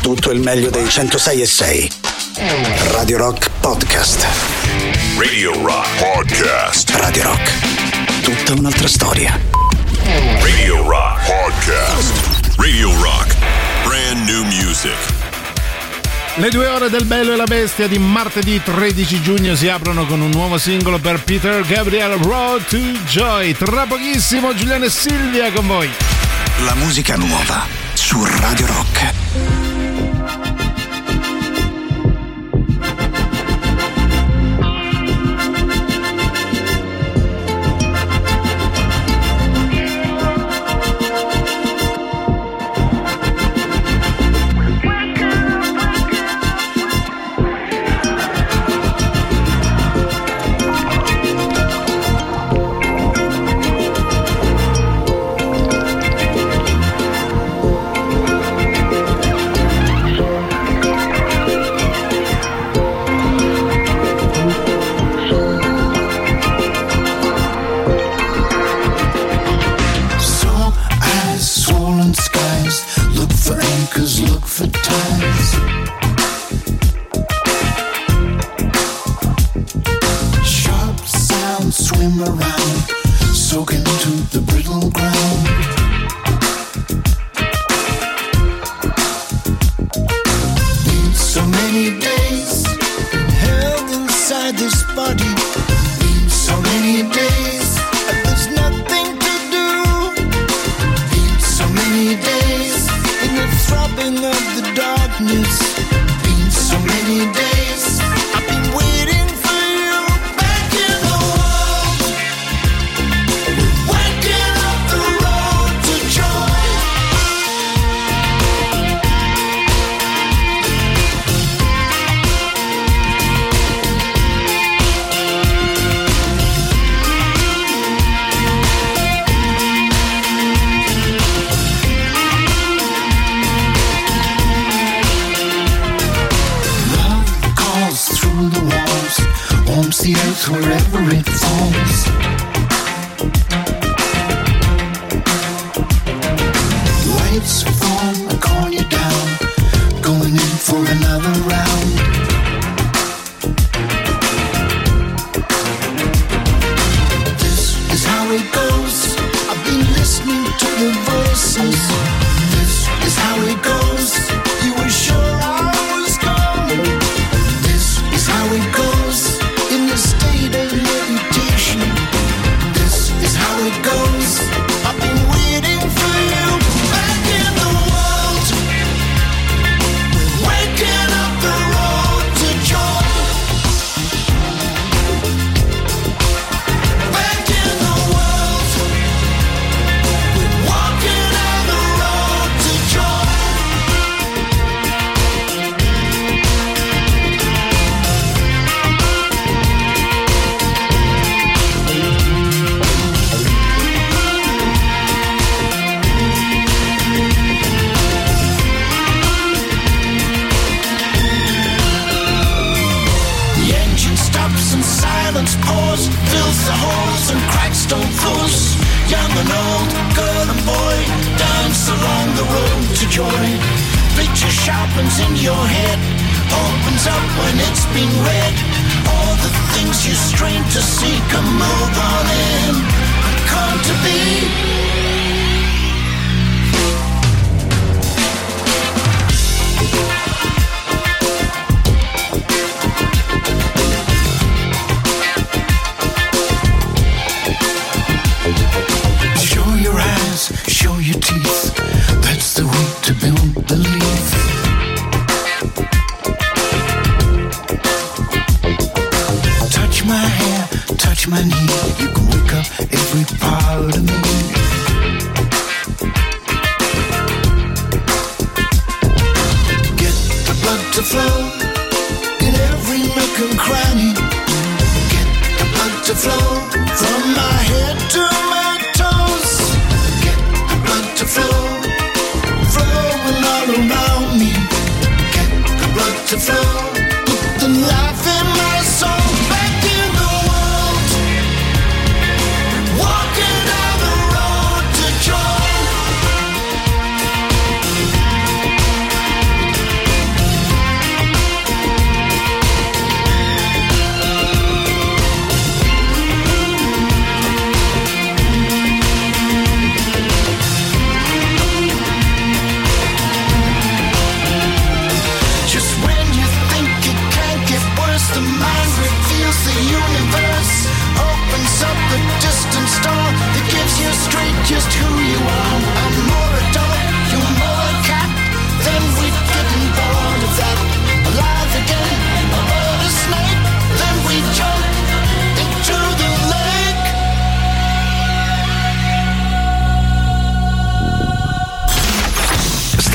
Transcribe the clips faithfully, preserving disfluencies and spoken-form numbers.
tutto il meglio dei centosei e sei. Radio Rock Podcast. Radio Rock Podcast. Radio Rock. Tutta un'altra storia. Radio Rock Podcast. Radio Rock. Brand new music. Le due ore del Bello e la Bestia di martedì tredici giugno si aprono con un nuovo singolo per Peter Gabriel, Road to Joy. Tra pochissimo Giuliano e Silvia con voi. La musica nuova su Radio Rock.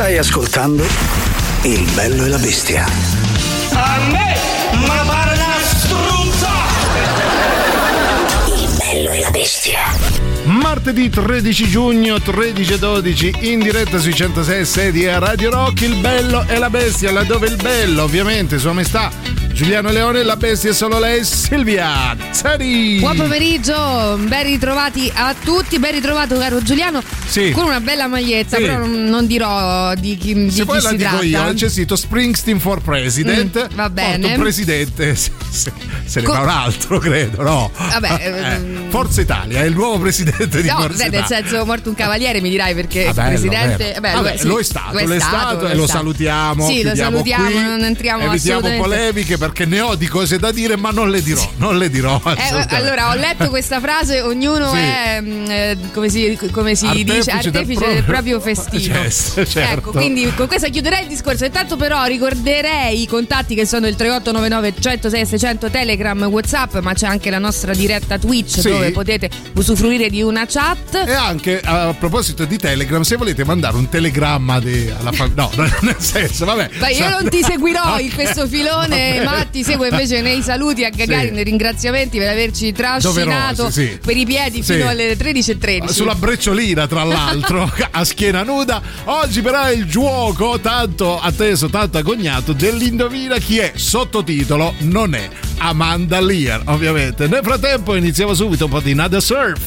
Stai ascoltando Il Bello e la Bestia. A me, ma pare una struzza! Il Bello e la Bestia. Martedì tredici giugno, tredici e dodici, in diretta sui centosei e sei di Radio Rock, Il Bello e la Bestia, laddove il bello, ovviamente, Sua Maestà Giuliano Leone, la bestia è solo lei, Silvia Tari. Buon pomeriggio, ben ritrovati a tutti, ben ritrovato caro Giuliano, sì, con una bella maglietta, sì, però non, non dirò di chi, di se chi poi si la dico tratta. io, c'è scritto Springsteen for President. Mm, va bene. Un presidente, se, se, se ne Co- fa un altro, credo, no? Vabbè, eh, Forza Italia, è il nuovo presidente di no, Forza beh, Italia. nel senso, morto un cavaliere, mi dirai, perché Ah, bello, presidente bello. Beh, Vabbè, lo, sì, lo è stato, lo è stato, e lo salutiamo. Sì, lo salutiamo, qui, non entriamo evitiamo assolutamente polemiche, perché ne ho di cose da dire, ma non le dirò, non le dirò. Eh, allora, ho letto questa frase, ognuno sì, è eh, come si, come si artefice dice artefice del del proprio, proprio festino. Yes, certo. Ecco, quindi con questa chiuderei il discorso. Intanto però ricorderei i contatti che sono il tre otto nove nove uno zero sei sei zero zero, Telegram, WhatsApp, ma c'è anche la nostra diretta Twitch, sì, dove potete usufruire di una chat. E anche a proposito di Telegram, se volete mandare un telegramma di, alla fam- no, nel senso, vabbè. Beh, io non ti seguirò in questo filone, ma ti seguo invece nei saluti a Gagarin, sì, nei ringraziamenti per averci trascinato doverosi, sì, per i piedi fino sì, alle tredici e tredici. Sulla brecciolina, tra l'altro, a schiena nuda. Oggi però è il gioco tanto atteso, tanto agognato dell'indovina chi è. Sottotitolo non è Amanda Lear, ovviamente. Nel frattempo iniziamo subito un po' di Nada Surf.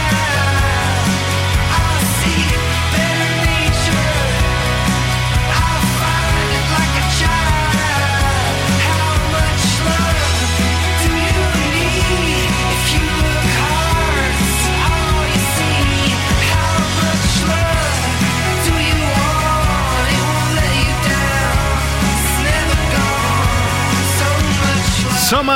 I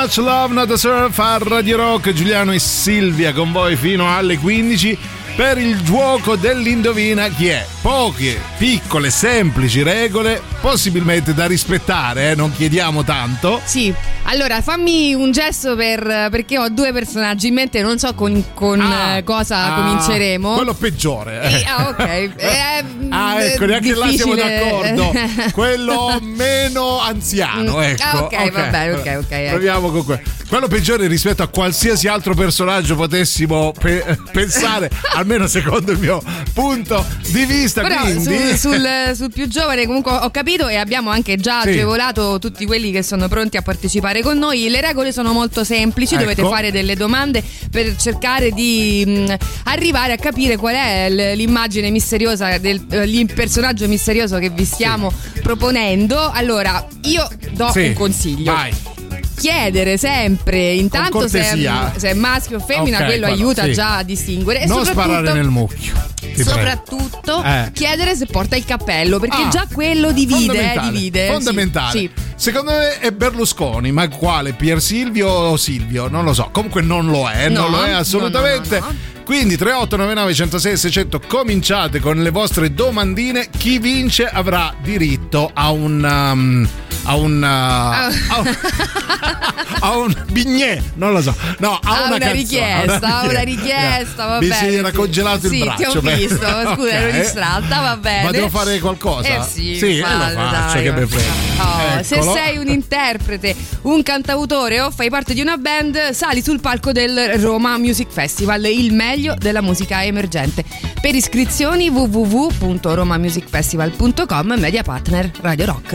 Much Love Not a Surf a Radio Rock. Giuliano e Silvia con voi fino alle quindici per il gioco dell'indovina chi è. Poche, piccole, semplici regole, possibilmente da rispettare, eh? Non chiediamo tanto. Sì, allora fammi un gesto per, perché ho due personaggi in mente, non so con, con ah, cosa ah, cominceremo. Quello peggiore. Eh, ah, ok. Eh, ah, ecco, neanche là siamo d'accordo. Quello meno anziano, ecco. Ah, ok, okay. Va bene, ok, ok. Ecco. Proviamo con quello. Quello peggiore rispetto a qualsiasi altro personaggio potessimo pe- pensare, almeno secondo il mio punto di vista. Però quindi... sul, sul, sul più giovane comunque ho capito e abbiamo anche già sì. agevolato tutti quelli che sono pronti a partecipare con noi. Le regole sono molto semplici, ecco. Dovete fare delle domande per cercare di mh, arrivare a capire qual è l'immagine misteriosa del uh, personaggio misterioso che vi stiamo sì. proponendo. Allora, io do sì. un consiglio. Vai. Chiedere sempre intanto se è, se è maschio o femmina, okay, quello quello, aiuta sì. già a distinguere. Non e sparare nel mucchio. Soprattutto eh. chiedere se porta il cappello, perché ah, già quello divide. Fondamentale. Eh, divide fondamentale. Sì, sì. Secondo me è Berlusconi, ma quale? Pier Silvio o Silvio? Non lo so. Comunque non lo è, no, non lo è assolutamente. No, no, no, no. Quindi tre otto nove nove uno zero sei sei zero zero, cominciate con le vostre domandine. Chi vince avrà diritto a un um, a un uh, a un, a un bignè, non lo so. No, a, a una, una, richiesta, a una richiesta, va Mi bene. si era congelato sì, il braccio. Ti ho visto, scusa, okay. ero distratta, va bene. Ma devo fare qualcosa? Eh sì, sì fallo, eh, lo faccio, dai, che ben frega. Oh, se sei un interprete, un cantautore o fai parte di una band, sali sul palco del Roma Music Festival, il meglio della musica emergente. Per iscrizioni w w w punto roma music festival punto com, media partner Radio Rock.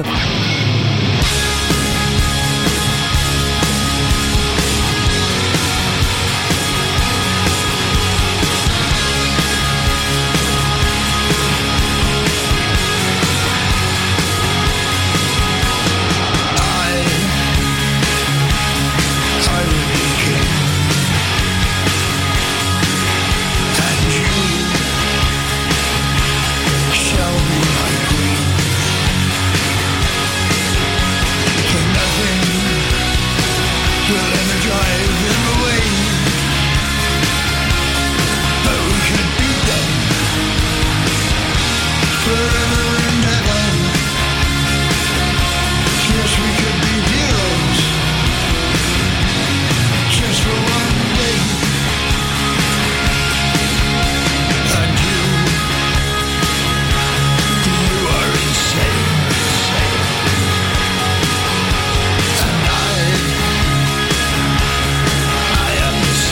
I am the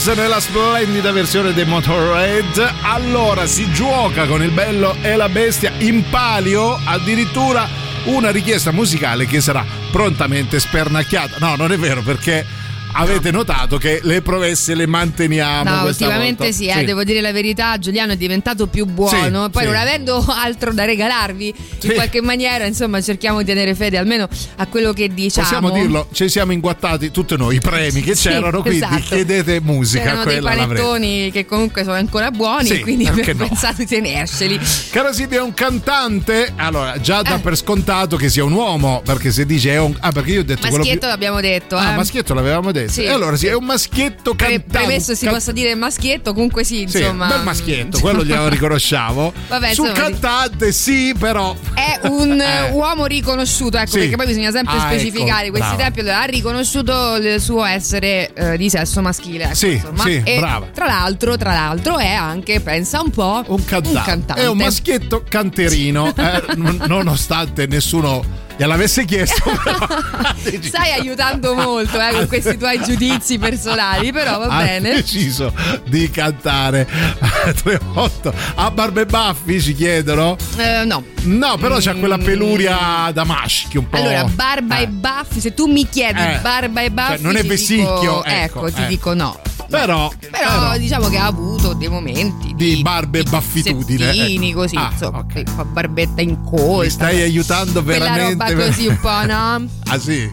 nella splendida versione dei Motorhead. Allora si gioca con il bello e la bestia, in palio addirittura una richiesta musicale che sarà prontamente spernacchiata. No, non è vero, perché avete notato che le promesse le manteniamo. No, ultimamente volta. sì, eh, sì, devo dire la verità, Giuliano è diventato più buono, sì, poi sì. non avendo altro da regalarvi, sì. in qualche maniera, insomma, cerchiamo di tenere fede almeno a quello che diciamo. Possiamo dirlo, ci siamo inguattati tutti noi i premi che sì, c'erano, quindi esatto. chiedete musica. C'erano dei panettoni che comunque sono ancora buoni, sì, quindi abbiamo no. pensato di tenerceli. Cara Silvia, è un cantante, allora già dà Eh. per scontato che sia un uomo, perché se dice è un... ah, perché io ho detto quello Maschietto più... l'abbiamo detto. Ah, eh. maschietto l'avevamo detto. Sì. E allora sì, è un maschietto Pre- cantante. premesso si can- possa dire maschietto, comunque sì, Sì, insomma. bel maschietto, quello glielo riconosciamo. Vabbè, Sul insomma, cantante sì, però è un Eh. uomo riconosciuto, ecco, Sì. perché poi bisogna sempre Ah, specificare ecco, questi brava. tempi. Allora, ha riconosciuto il suo essere eh, di sesso maschile, ecco, Sì, insomma. sì, e brava. tra l'altro, tra l'altro è anche, pensa un po', un cantante. un cantante. È un maschietto canterino, eh, non- nonostante nessuno gliel'avesse chiesto. Però... Stai aiutando molto eh, con questi tuoi giudizi personali, però va ha bene. deciso di cantare. tre otto a Barbe e Baffi ci chiedono? Eh, no. No, però c'ha quella peluria da maschio un po'. Allora, barba Eh. e baffi, se tu mi chiedi Eh. barba e baffi, Cioè, non è ti vesicchio, dico, ecco, ecco, ti eh. dico no. Però, Però, però diciamo che ha avuto dei momenti di di barbe e baffitudine, pizzettini, ecco. così, Ah, insomma, ok. che fa barbetta incolta. mi stai aiutando Quella veramente. roba così un po', no? Ah sì?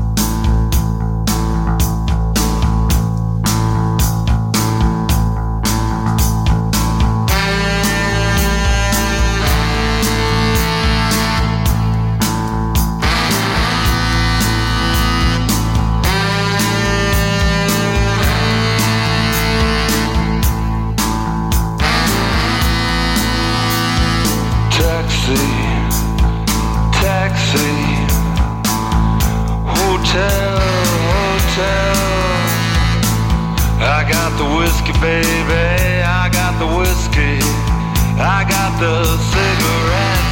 Taxi, taxi, hotel, hotel. I got the whiskey, baby, I got the whiskey, I got the cigarettes.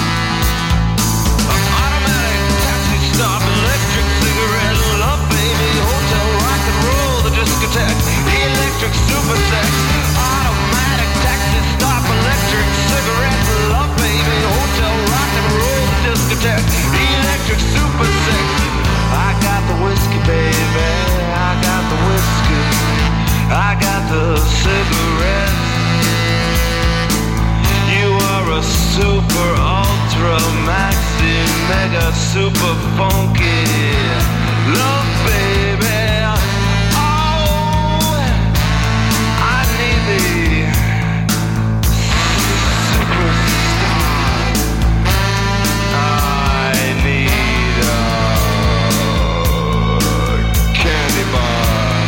Automatic taxi stop, electric cigarette, love, baby, hotel, rock and roll, the discotheque, electric super sex. Automatic taxi stop, electric cigarette, love, baby, hotel, rock and roll, the discotheque, electric super sex. I got the whiskey, baby, I got the whiskey, I got the cigarette. You are a super ultra maxi mega super funky love, baby. Oh, I need the superstar. I need a candy bar.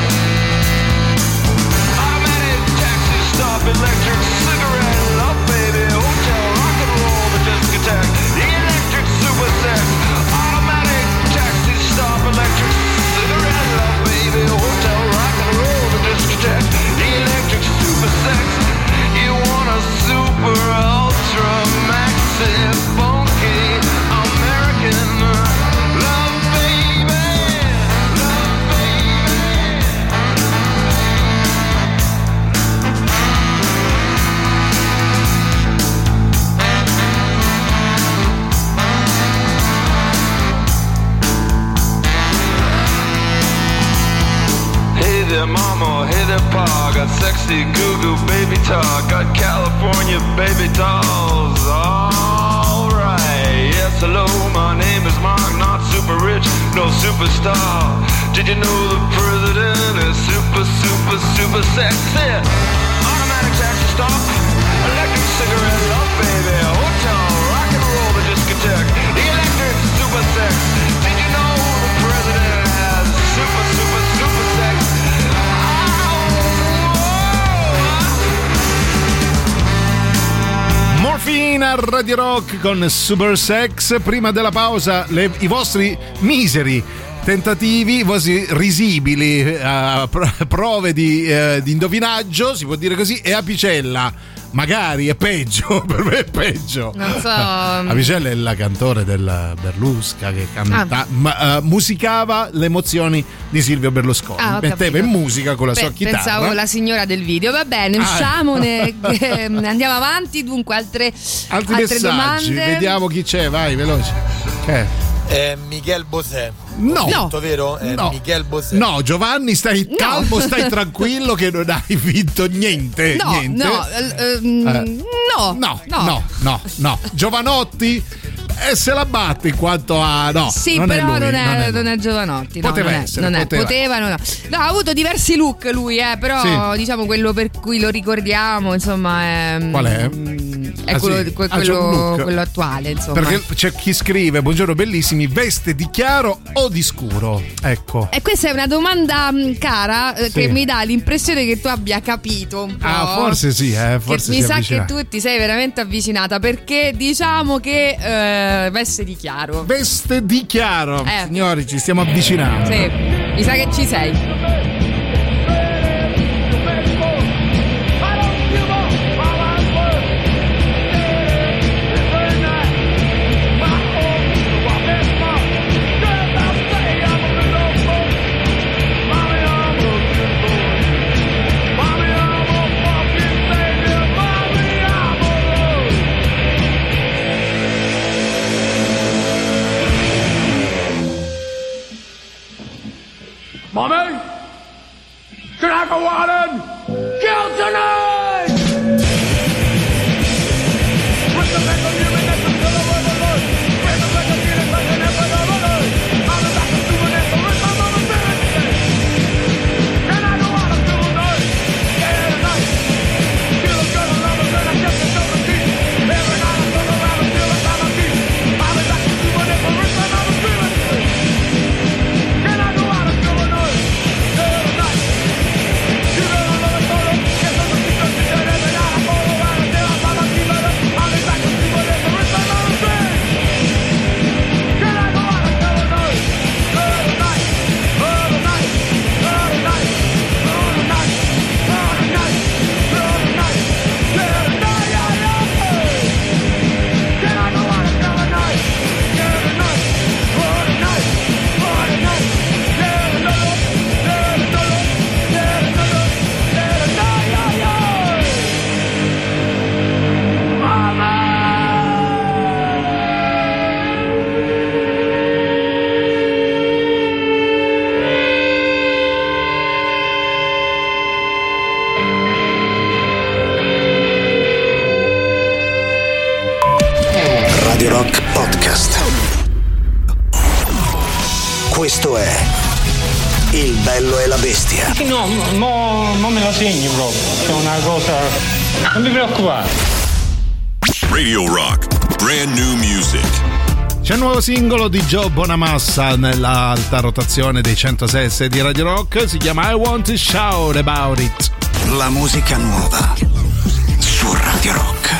Automatic taxi stop, electric cigarette, love, baby, hotel, rock and roll, the discotheque, electric super sex. Automatic taxi stop, electric cigarette, love, baby, hotel, rock and roll, the discotheque, electric super sex. You want a super ultra maxi funky American love, baby, love, baby. Hey there mama, hey there pa, got sexy goo-goo baby talk, got California baby dolls, alright, yes hello, my name is Mark, not super rich, no superstar, did you know the president is super, super, super sexy, automatic taxi stop, electric cigarette love, baby, hotel, rock and roll, the discotheque, electric super sex, did you know the president has super, super, super sex? Morphine a Radio Rock con Super Sex. Prima della pausa le, i vostri miseri tentativi, i vostri risibili uh, prove di, uh, di indovinaggio, si può dire così, e Apicella magari è peggio, per me è peggio. Non so. Avicella è la cantore del Berlusca che canta, Ah. ma, uh, musicava le emozioni di Silvio Berlusconi. Ah, ho metteva capito. in musica con la Beh, sua chitarra. pensavo la signora del video. Va bene, Ah. usciamone. Andiamo avanti. Dunque, altre, Altri altre messaggi, domande. vediamo chi c'è, vai veloce. Che? È Miguel Bosé. No. Ho detto, vero? È No. Miguel Bosé. No, Giovanni, stai No. calmo, stai tranquillo che non hai vinto niente. No, niente. no, eh, ehm, Eh. no, No, no, no, no. Giovanotti eh, se la batte in quanto a no. Sì, non però è lui, non, è, non è non lui. è Giovanotti. No, Poteva non è, essere, non è, poteva. poteva, no, no. No, ha avuto diversi look lui, eh, però Sì. diciamo quello per cui lo ricordiamo, insomma, è, Qual è? mm, È Ah, quello, sì. que- Ah, c'è un quello, look. quello attuale, insomma. Perché c'è chi scrive: buongiorno bellissimi, veste di chiaro o di scuro? Ecco. E questa è una domanda mh, cara eh, Sì. che mi dà l'impressione che tu abbia capito un po'. Ah, forse sì, eh, forse che mi si sa avvicina. che tu ti sei veramente avvicinata perché diciamo che eh, veste di chiaro. Veste di chiaro. Eh. Signori, ci stiamo avvicinando. Sì, mi sa che ci sei. Mommy, can I go out and kill tonight? With the metal human that's the pillow of the Lord. With the metal human that's the never the Lord. I'm the back of doing it, but with my mama birthday. Can I go out and kill tonight? Yeah, tonight. Kill a girl and love her, then I get to know the teeth. Every night I turn around and feel like I'm a thief. I'm the back of doing it, but with my mama birthday. Can I go out and kill tonight? Yeah, tonight. You know I love it solo. Guess I'm a secret to shut every night I fall around and tell my mama keep it up. I'll be back to see what it is, but with my mama birthday. Can I go out and kill tonight? Yeah, tonight. Oh, tonight. Oh, tonight. Oh, tonight. Oh, tonight. Oh, tonight. Yeah, tonight. Yeah, yeah. Can I go out and kill tonight? Yeah, tonight. Oh, tonight. Oh, tonight. Yeah, tonight. Yeah, tonight. Yeah, tonight. Yeah, tonight. Yeah, yeah. Mama! Radio Rock Podcast. Questo è Il bello e la bestia. No, mo, mo me lo segni proprio, è una cosa. Non mi preoccupare. Radio Rock, brand new music. C'è un nuovo singolo di Joe Bonamassa nell'alta rotazione dei centosei e sei di Radio Rock, si chiama I Want to Shout About It. La musica nuova su Radio Rock.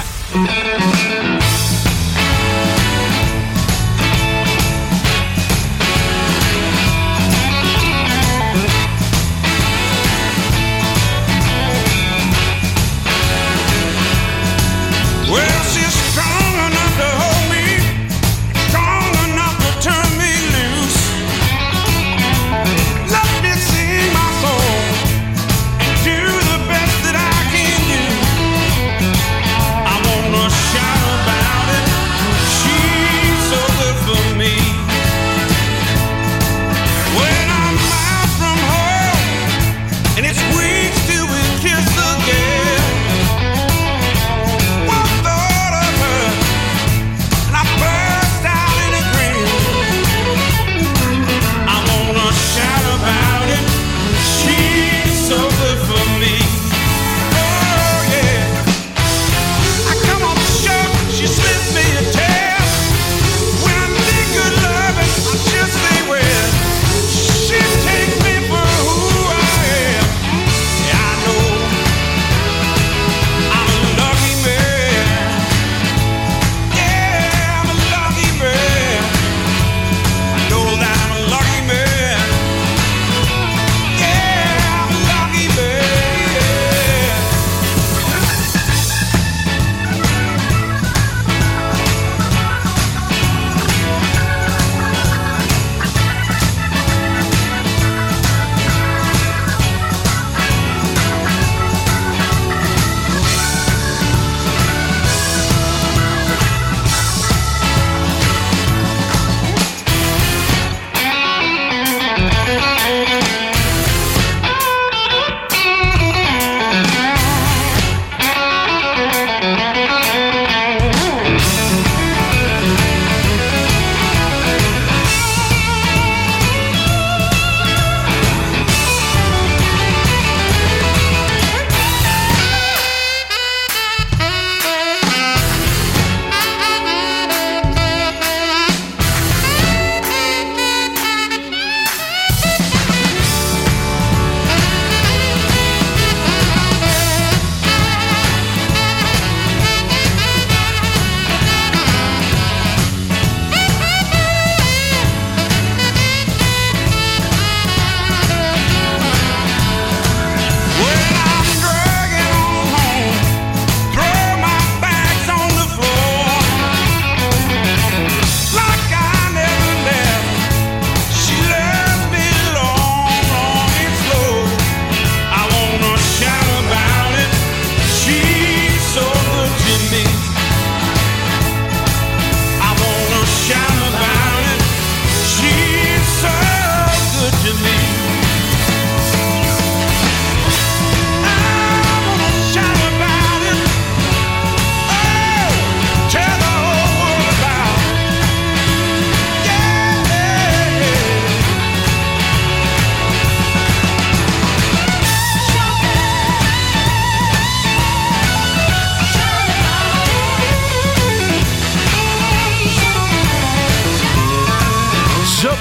Well, she's strong enough to hold me, strong enough to turn me loose. Let me sing my song and do the best that I can do. I wanna shout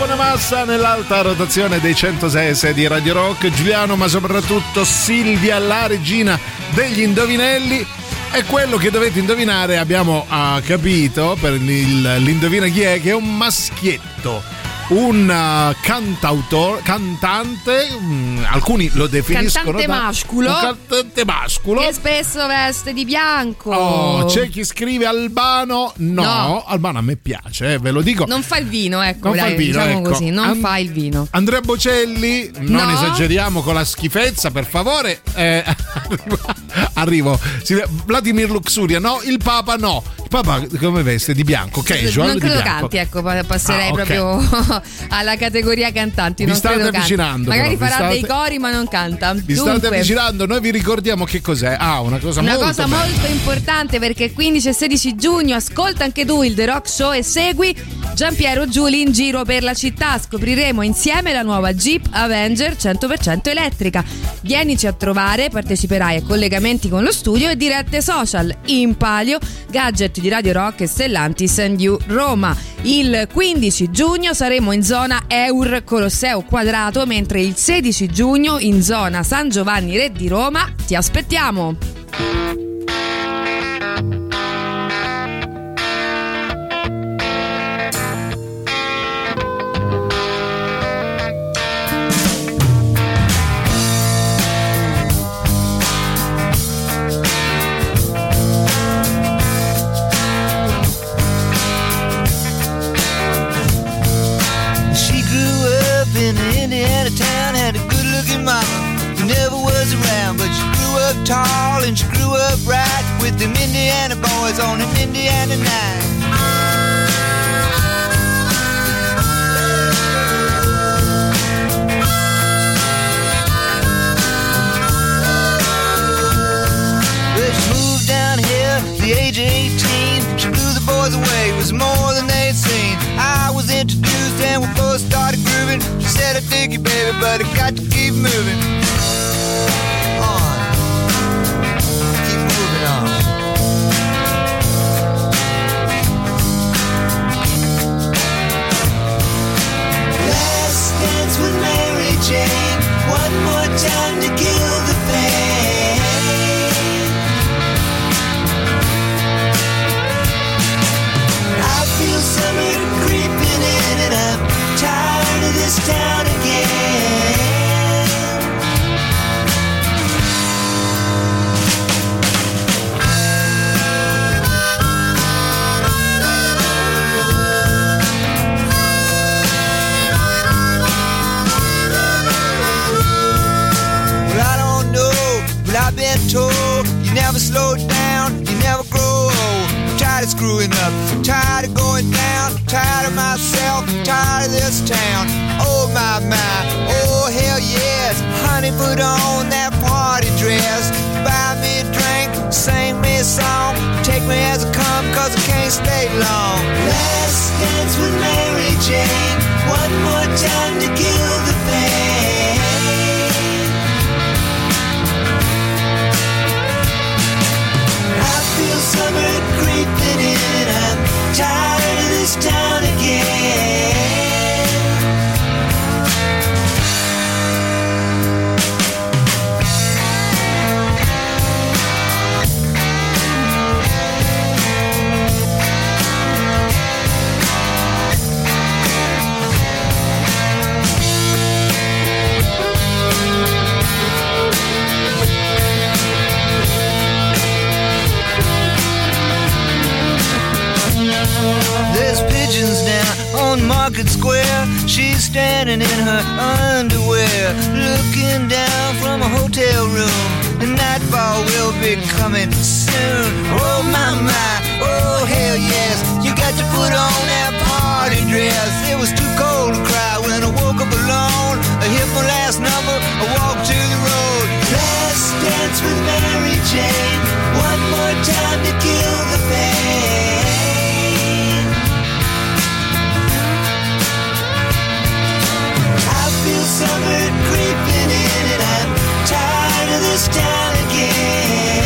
Bonamassa nell'alta rotazione dei centosei e sei di Radio Rock, Giuliano ma soprattutto Silvia, la regina degli indovinelli. E quello che dovete indovinare abbiamo uh, capito per il, l'indovina chi è, che è un maschietto, un uh, cantautore, cantante, um, alcuni lo definiscono cantante da, masculo, un cantante masculo che spesso veste di bianco. Oh, c'è chi scrive Albano, no, no. Albano a me piace, eh, ve lo dico. Non fa il vino, ecco, non dai, fa il vino, diciamo ecco. così, non And- fa il vino. Andrea Bocelli, non No. esageriamo con la schifezza, per favore. Eh, arrivo, arrivo. Sì, Vladimir Luxuria, no, il Papa no. Il Papa come veste? Di bianco, casual, non credo di bianco. canti, ecco, passerei Ah, ok. proprio alla categoria cantanti. Vi non state credo canti. avvicinando, Magari però, vi farà state- dei cori, ma non canta. Vi Dunque, state avvicinando, noi vi ricordiamo che cos'è. Ah, una cosa una molto cosa bella. molto importante, perché il quindici e sedici giugno ascolta anche tu il The Rock Show e segui Giampiero Giuli in giro per la città. Scopriremo insieme la nuova Jeep Avenger cento per cento elettrica. Vienici a trovare, parteciperai a collegamenti con lo studio e dirette social. In palio gadget di Radio Rock e Stellantis and You Roma. Il quindici giugno saremo in zona Eur Colosseo Quadrato, mentre il sedici giugno in zona San Giovanni Re di Roma. Ti aspettiamo! She grew up in an Indiana town, had a good-looking mama who never was around, but she grew up tall and she grew up right with them Indiana boys on an Indiana night. But she moved down here at the age of eighteen. She blew the boys away, it was more than they'd seen. I was introduced and we both started grooving. She said, I dig you, baby, but I got to keep moving on. Keep moving on. Last dance with Mary Jane. One more time to kill the pain. I feel summer creeping in and I'm tired of this town again. Well, I don't know, but I've been told you never slow down, you never grow old. I'm tired of screwing up, I'm tired of going down, I'm tired of myself, I'm tired of this town. Oh my, my, oh hell yes. Honey, put on that party dress, buy me a drink, sing me a song, take me as I come, cause I can't stay long. Last dance with Mary Jane, one more time to kill the pain. I feel summer creeping in, I'm tired of this town again. There's pigeons down on Market Square. She's standing in her underwear, looking down from a hotel room. The nightfall will be coming soon. Oh my my, oh hell yes. You got to put on that party dress. It was too cold to cry when I woke up alone. I hit my last number, I walked to the road. Last dance with Mary Jane. One more time to kill the pain. I feel summer creeping in and I'm tired of this town again.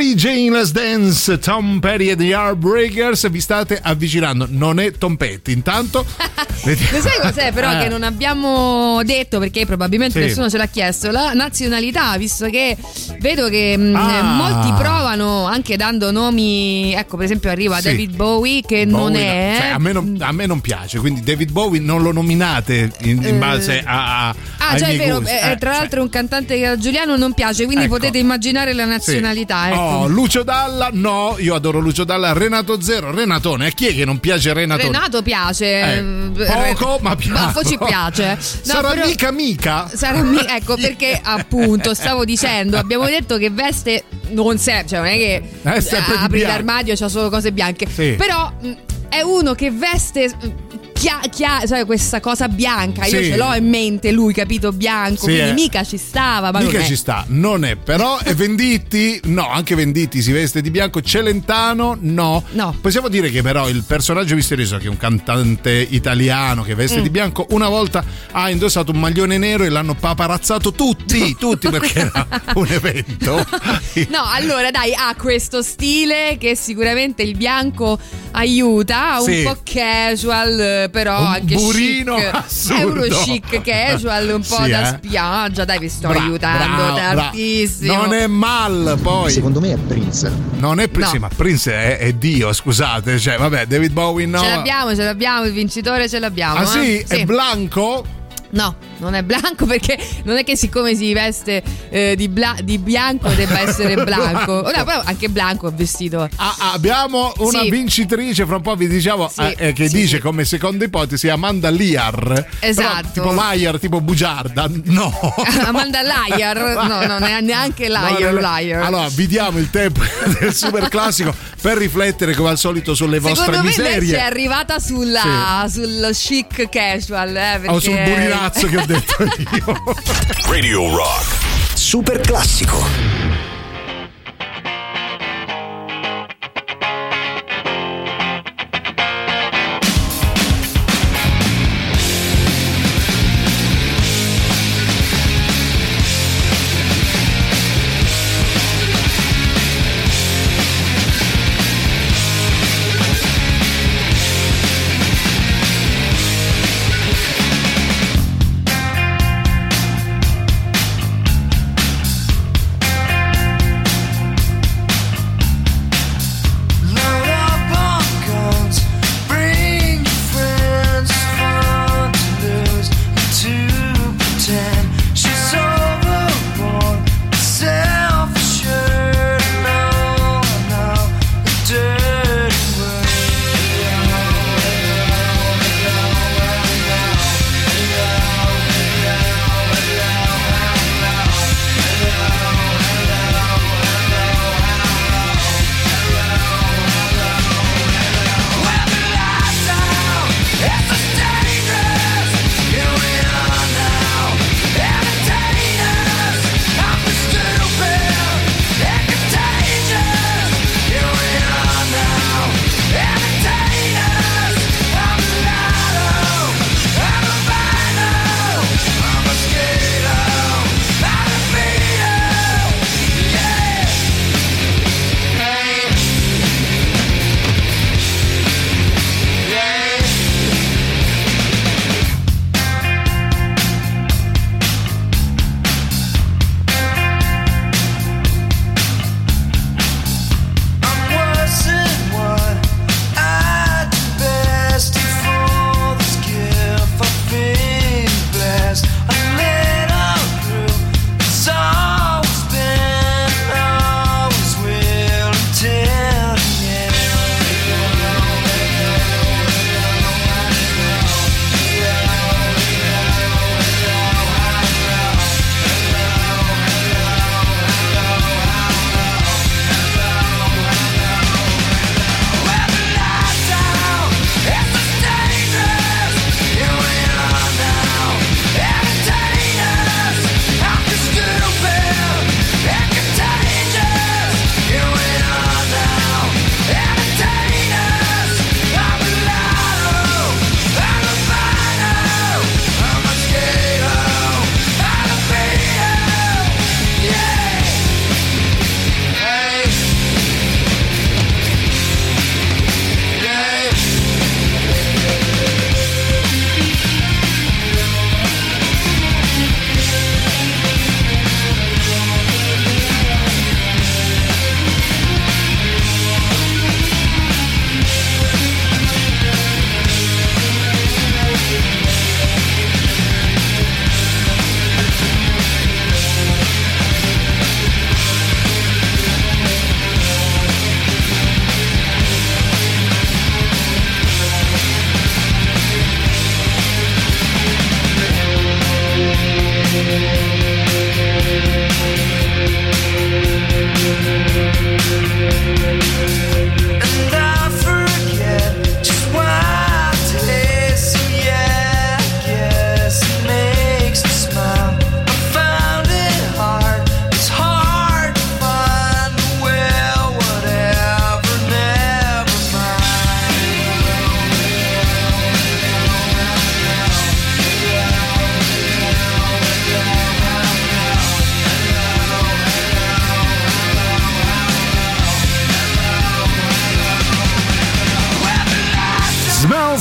Mary Jane Let's Dance, Tom Petty e The Heartbreakers. Vi state avvicinando, non è Tom Petty. Intanto lo sai cos'è però eh. che non abbiamo detto, perché probabilmente sì. nessuno ce l'ha chiesto, la nazionalità, visto che vedo che mh, ah. molti provano anche dando nomi, ecco per esempio arriva sì. David Bowie che Bowie, non è cioè, a, me non, a me non piace, quindi David Bowie non lo nominate in, in base a, a ah già è vero, gusti. eh, eh, tra cioè. l'altro è un cantante che a Giuliano non piace, quindi Ecco. potete immaginare la nazionalità. Sì. Ecco. Oh, Lucio Dalla, no, io adoro Lucio Dalla. Renato Zero, Renatone, a chi è che non piace Renatone? Renato piace, Eh, poco, ma piace. Baffo ci piace. No, sarà però, mica mica? Sarà mica, ecco perché appunto stavo dicendo, abbiamo detto che veste non serve, cioè non è che È sempre di apri bianco. l'armadio e c'ha solo cose bianche, Sì. però mh, è uno che veste chia, chia, sai, questa cosa bianca, io Sì. ce l'ho in mente lui, capito, bianco, Sì, quindi eh. mica ci stava, ma Mica non è. ci sta, non è. Però è Venditti? No, anche Venditti si veste di bianco. Celentano? No. No. Possiamo dire che però il personaggio misterioso, che è un cantante italiano che veste Mm. di bianco, una volta ha indossato un maglione nero e l'hanno paparazzato tutti, tutti perché era un evento. No, allora dai, ha questo stile che sicuramente il bianco aiuta, un Sì. po' casual, però Un anche burino chic. assurdo. È uno chic casual, un po' Sì, da eh. spiaggia, dai vi sto Bra- aiutando bravo, bravo. tantissimo. Non è mal, poi. Secondo me è Prince. Non è Prince, No. ma Prince è, è Dio, scusate. Cioè, vabbè, David Bowie no. Ce l'abbiamo, ce l'abbiamo, il vincitore ce l'abbiamo. Ah sì? eh? È Blanco? No, non è bianco perché non è che siccome si veste eh, di, bla- di bianco debba essere blanco. Blanco. No, poi anche Blanco è vestito. Ah, ah, abbiamo una Sì. vincitrice, fra un po' vi diciamo, Sì, eh, eh, che sì, dice sì. come seconda ipotesi Amanda Lear. Esatto. Però, tipo Liar, tipo bugiarda. No. Amanda Liar, no, non è neanche Liar, No, no, no. Liar. Allora, vi diamo il tempo del super classico per riflettere come al solito sulle vostre Secondo me miserie. lei si è arrivata sulla, sullo chic casual, eh, perché... O sul burinazzo che ho detto io. Radio Rock. Super classico. Thank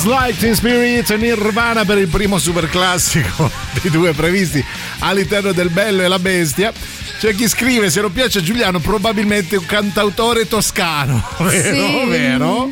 Smells Like Teen Spirit e Nirvana per il primo super classico dei due previsti all'interno del Bello e la Bestia. C'è chi scrive: se non piace a Giuliano probabilmente un cantautore toscano. Vero? Sì. Vero?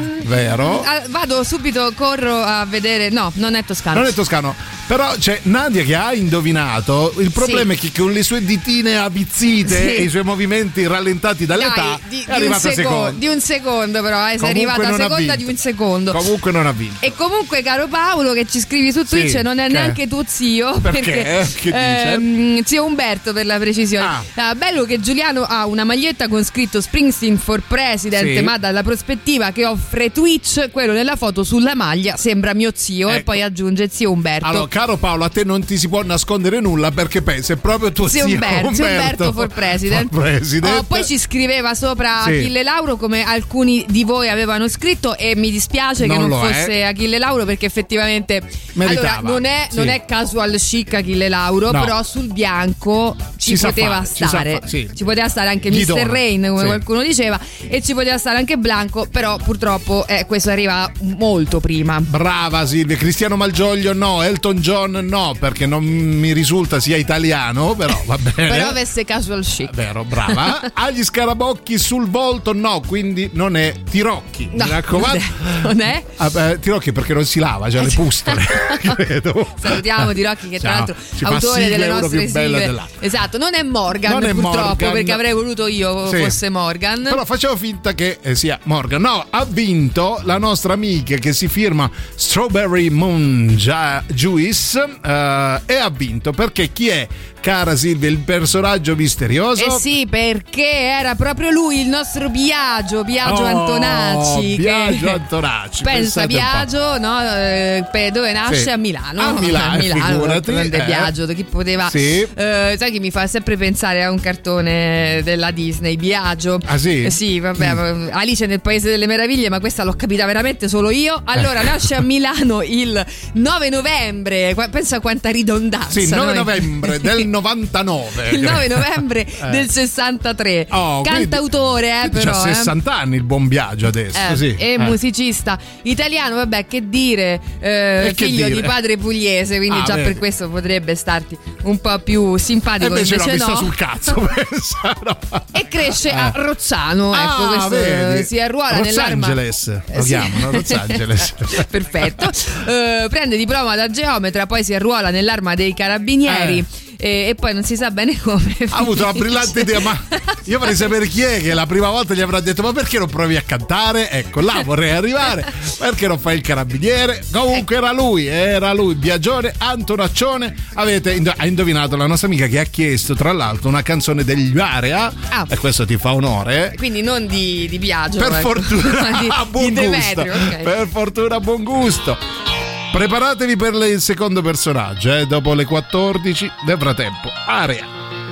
Vero? Vado subito, corro a vedere. No, non è toscano. Non è toscano. Però c'è Nadia che ha indovinato. Il problema sì. è che con le sue ditine avvizzite sì. e i suoi movimenti rallentati dall'età Dai, di, è arrivata di secondo, seconda. Di un secondo però, eh, sei arrivata a seconda di un secondo. Comunque non ha vinto. E comunque, caro Paolo, che ci scrivi su Twitch, sì, non è che? neanche tuo zio. Perché? Perché che dice? Ehm, zio Umberto, per la precisione. Ah. Ah, bello che Giuliano ha una maglietta con scritto Springsteen for President, sì. ma dalla prospettiva che offre Twitch, quello nella foto sulla maglia sembra mio zio. Ecco. E poi aggiunge zio Umberto. Allora, caro Paolo, a te non ti si può nascondere nulla, perché pensi è proprio tuo zio, zio Umberto, Umberto, Umberto for President. For President. Oh, poi ci scriveva sopra sì. Achille Lauro, come alcuni di voi avevano scritto, e mi dispiace non che non fosse è. Achille Lauro, perché effettivamente meritava. Allora, non è, sì. non è casual chic Achille Lauro, no. però sul bianco ci, ci poteva stare. Ci, sì. ci poteva stare anche mister Rain, come sì. qualcuno diceva, e ci poteva stare anche Blanco, però purtroppo eh, questo arriva molto prima. Brava Silvia. Cristiano Malgioglio no, Elton John no, perché non mi risulta sia italiano, però va bene. Però avesse casual chic. Vero, brava. Agli scarabocchi sul volto no, quindi non è Tirocchi. No, mi raccomando. Non è? Ah, beh, Tirocchi perché non si lava, c'ha le pustole. Credo. Salutiamo Tirocchi, che tra Ciao. l'altro Ci autore delle nostre sigle. Esatto, non è Morgan, non è purtroppo, Morgan. perché avrei voluto io sì. fosse Morgan. Però facevo finta che eh, sia Morgan. No, ha vinto la nostra amica che si firma Strawberry Moon Ju- Juice uh, e ha vinto perché chi è, cara Silvia, il personaggio misterioso? Eh sì, perché era proprio lui, il nostro Biagio, Biagio oh, Antonacci. Biagio che... Antonacci. Pensa, Biagio, no, eh, dove nasce? Sì. A Milano. A Milano, a Milano, figurati. Eh. Biagio, chi poteva... Sì. Eh, sai che mi fa sempre pensare a un cartone della Disney, Biagio. Ah sì? Eh, sì, vabbè, mm. Alice nel Paese delle Meraviglie, ma questa l'ho capita veramente solo io. Allora, nasce a Milano il nove novembre, pensa a quanta ridondanza. Sì, nove noi. novembre del novantanove. Il nove novembre eh. del sessantatré. Oh, cantautore, eh, però. Ha sessanta eh. anni il buon Biagio adesso. Eh, sì. E eh. musicista italiano, vabbè, che dire, eh, che figlio dire? di padre pugliese, quindi ah, già vedi. per questo potrebbe starti un po' più simpatico. E invece, invece l'ho no. visto sul cazzo. pensa, no. E cresce eh. a Rozzano, ah, ecco, questo vedi. si arruola Los nell'arma. Angeles, lo sì. chiamano Los Angeles. Perfetto. Uh, prende diploma da geometra, poi si arruola nell'arma dei carabinieri. Eh. E, e poi non si sa bene come. Ha avuto una brillante idea, ma io vorrei sapere chi è che la prima volta gli avrà detto: ma perché non provi a cantare? Ecco, là vorrei arrivare. Perché non fai il carabiniere? Comunque era lui, era lui, Biagione Antonaccione. Avete indo- ha indovinato la nostra amica, che ha chiesto tra l'altro una canzone degli Area, ah. e questo ti fa onore. Quindi non di, di Biagio, per ecco. fortuna, di, a buon di gusto. Okay. Per fortuna, buon gusto. Preparatevi per il secondo personaggio, eh? Dopo le quattordici. Nel frattempo, Area.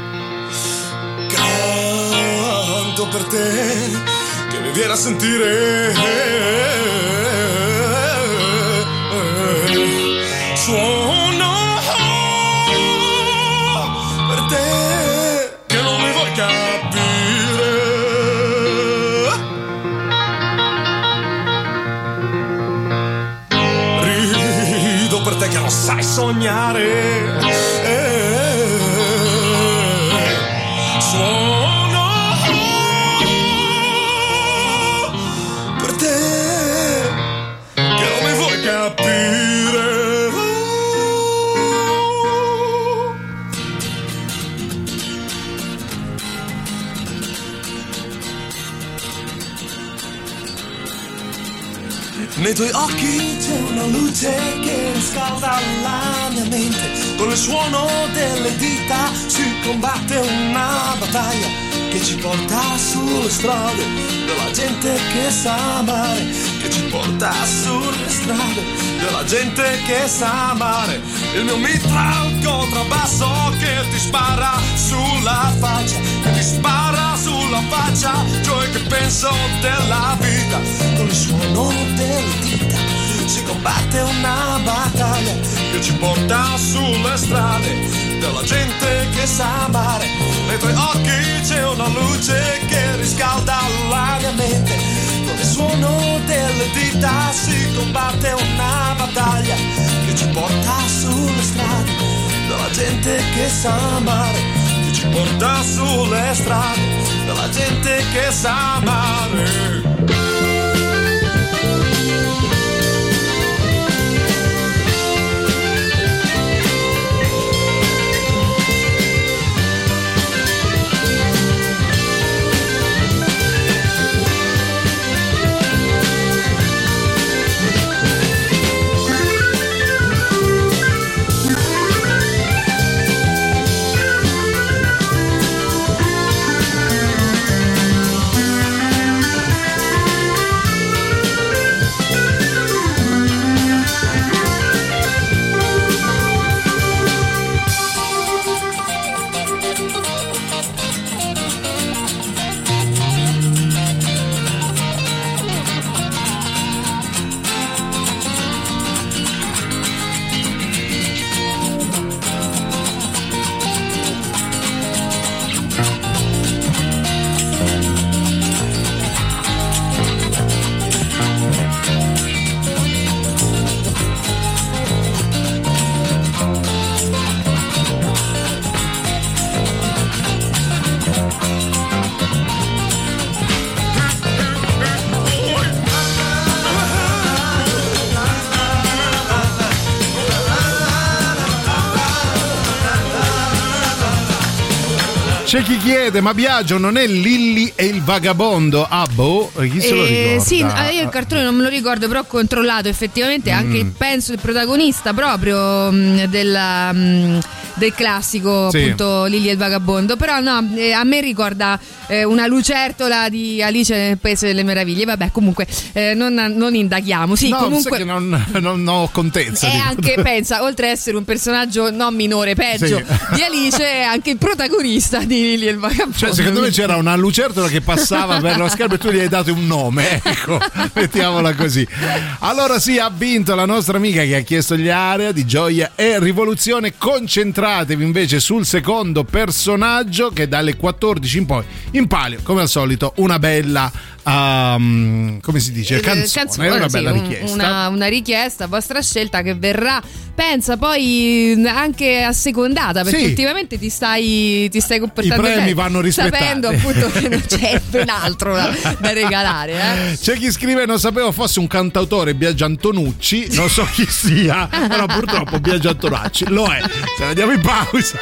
Canto per te, che mi viene a sentire. Suono per te, che non mi vuoi capire. Rido per te che non sai sognare. Suono per te, che non mi vuoi capire. Nei tuoi occhi c'è una luce che riscalda la mia mente. Con il suono delle dita si combatte una battaglia che ci porta sulle strade della gente che sa amare, che ci porta sulle strade della gente che sa amare. Il mio mitra al contrabbasso che ti spara sulla faccia, che ti spara sulla faccia, cioè che penso della vita. Con il suono delle dita si combatte una battaglia che ci porta sulle strade della gente che sa amare. Nei tuoi occhi c'è una luce che riscalda la mia mente. Con Con il suono delle dita si combatte una battaglia che ci porta sulle strade della gente che sa amare, che ci porta sulle strade della gente che sa amare. C'è chi chiede, ma Biagio non è Lilli e il vagabondo? Ah, boh, chi se lo ricorda? Sì, io il cartone non me lo ricordo, però ho controllato effettivamente mm. anche, penso, il protagonista proprio mh, della, mh, del classico, sì, appunto Lilli e il vagabondo. Però no, eh, a me ricorda eh, una lucertola di Alice nel Paese delle Meraviglie. Vabbè, comunque eh, non, non indaghiamo. Sì, no, comunque sai che non, non ho contezza. E anche, pensa, oltre ad essere un personaggio non minore, peggio, sì, di Alice, è anche il protagonista di Lilli e il vagabondo. Cioè, secondo me c'era una lucertola che passava per lo schermo e tu gli hai dato un nome, ecco, mettiamola così. Allora sì, ha vinto la nostra amica che ha chiesto gli Area di Gioia e Rivoluzione. Concentratevi invece sul secondo personaggio, che dalle quattordici in poi, in palio, come al solito, una bella um, come si dice, canzone, canzone, una bella sì, richiesta, una, una richiesta a vostra scelta, che verrà, pensa, poi anche assecondata, perché sì, ultimamente ti stai ti stai comportando bene, i premi bene, vanno rispettati, sapendo appunto che non c'è ben altro da, da regalare, eh. C'è chi scrive: non sapevo fosse un cantautore Biagio Antonucci, non so chi sia, però purtroppo Biagio Antonucci lo è. Ce la diamo in pausa.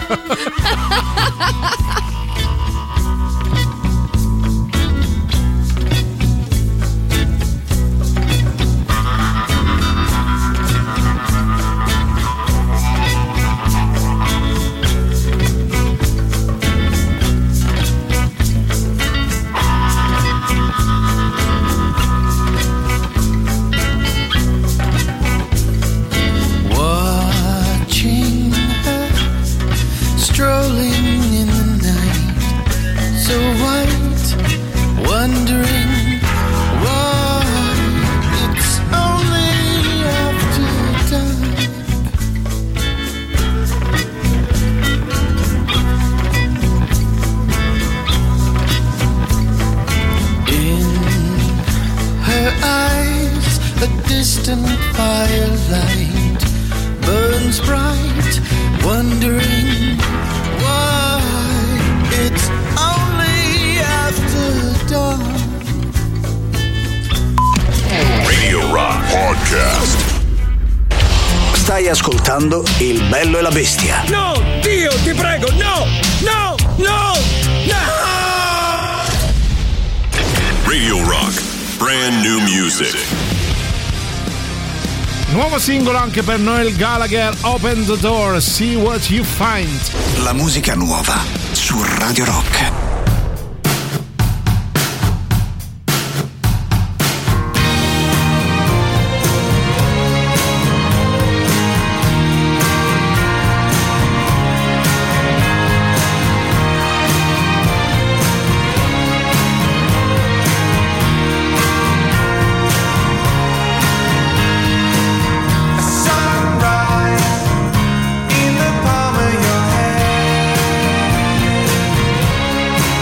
Firelight burns bright, wondering why it's only after dawn. Radio Rock Podcast. Stai ascoltando Il Bello e la Bestia. No, Dio, ti prego, no, no, no, no! Radio Rock, brand new music. Nuovo singolo anche per Noel Gallagher, Open the Door, See What You Find. La musica nuova su Radio Rock. In the palm of your hand,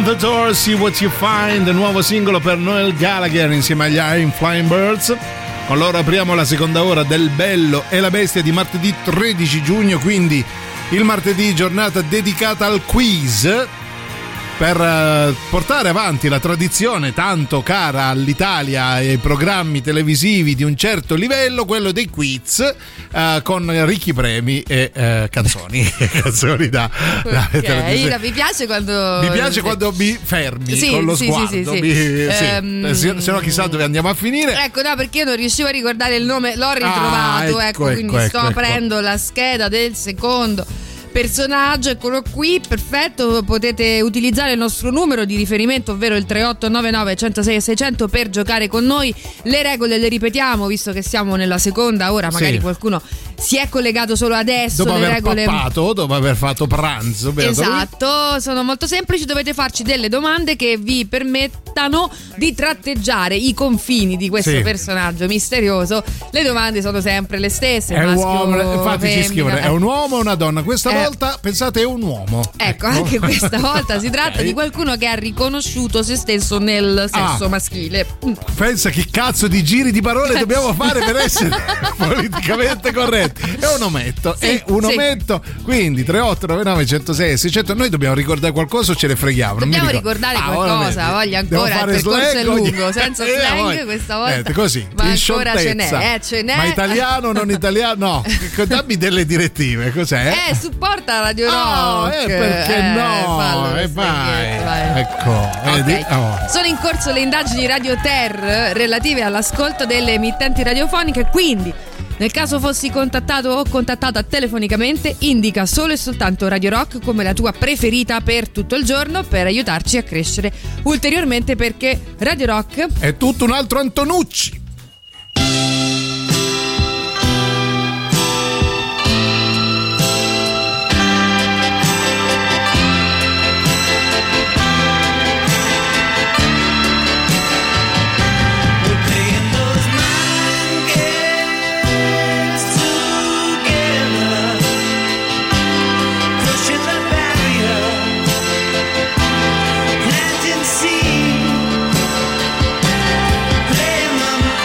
the Door, See What You Find, nuovo singolo per Noel Gallagher insieme agli I'm Flying Birds. Con loro apriamo la seconda ora del Bello e la Bestia di martedì tredici giugno, quindi il martedì giornata dedicata al quiz, per uh, portare avanti la tradizione tanto cara all'Italia e ai programmi televisivi di un certo livello, quello dei quiz uh, con ricchi premi e uh, canzoni canzoni da, da okay. Mi piace quando mi piace quando mi fermi sì, con lo sì, sguardo sì, sì, mi, sì. Um, se, se no chissà dove andiamo a finire. Ecco, no, perché io non riuscivo a ricordare il nome, l'ho ritrovato, ah, ecco, ecco, quindi ecco, sto ecco, aprendo la scheda del secondo personaggio, eccolo qui, perfetto. Potete utilizzare il nostro numero di riferimento, ovvero il tre otto nove nove uno zero sei sei zero zero, per giocare con noi. Le regole le ripetiamo, visto che siamo nella seconda ora, magari sì. Qualcuno si è collegato solo adesso. Dopo le aver regole pappato, dopo aver fatto pranzo. Esatto, sono molto semplici. Dovete farci delle domande che vi permettano di tratteggiare i confini di questo sì. personaggio misterioso. Le domande sono sempre le stesse. È un maschio, uomo, infatti femmina. ci scrivono, è un uomo o una donna? Questa eh. volta pensate è un uomo. Ecco, anche questa volta si tratta okay. di qualcuno che ha riconosciuto se stesso nel sesso ah. maschile. Pensa che cazzo di giri di parole dobbiamo fare per essere politicamente corretti. È un ometto, sì, è un sì. ometto. Quindi tre otto nove nove uno zero sei sei zero zero. Noi dobbiamo ricordare qualcosa o ce ne freghiamo? Non dobbiamo ricordare ah, qualcosa, voglio ancora, il percorso è lungo, senza eh, slang questa volta. Eh, così, ma ancora ce n'è, eh, ce n'è. Ma italiano, non italiano? No, dammi delle direttive, cos'è? Eh, supporta Radio Rock. Oh, eh, perché eh, no? E vai. vai. Ecco, okay. vedi? Oh. Sono in corso le indagini Radio Ter relative all'ascolto delle emittenti radiofoniche, quindi nel caso fossi contattato o contattata telefonicamente, indica solo e soltanto Radio Rock come la tua preferita per tutto il giorno, per aiutarci a crescere ulteriormente, perché Radio Rock è tutto un altro Antonucci. Planting seed, play my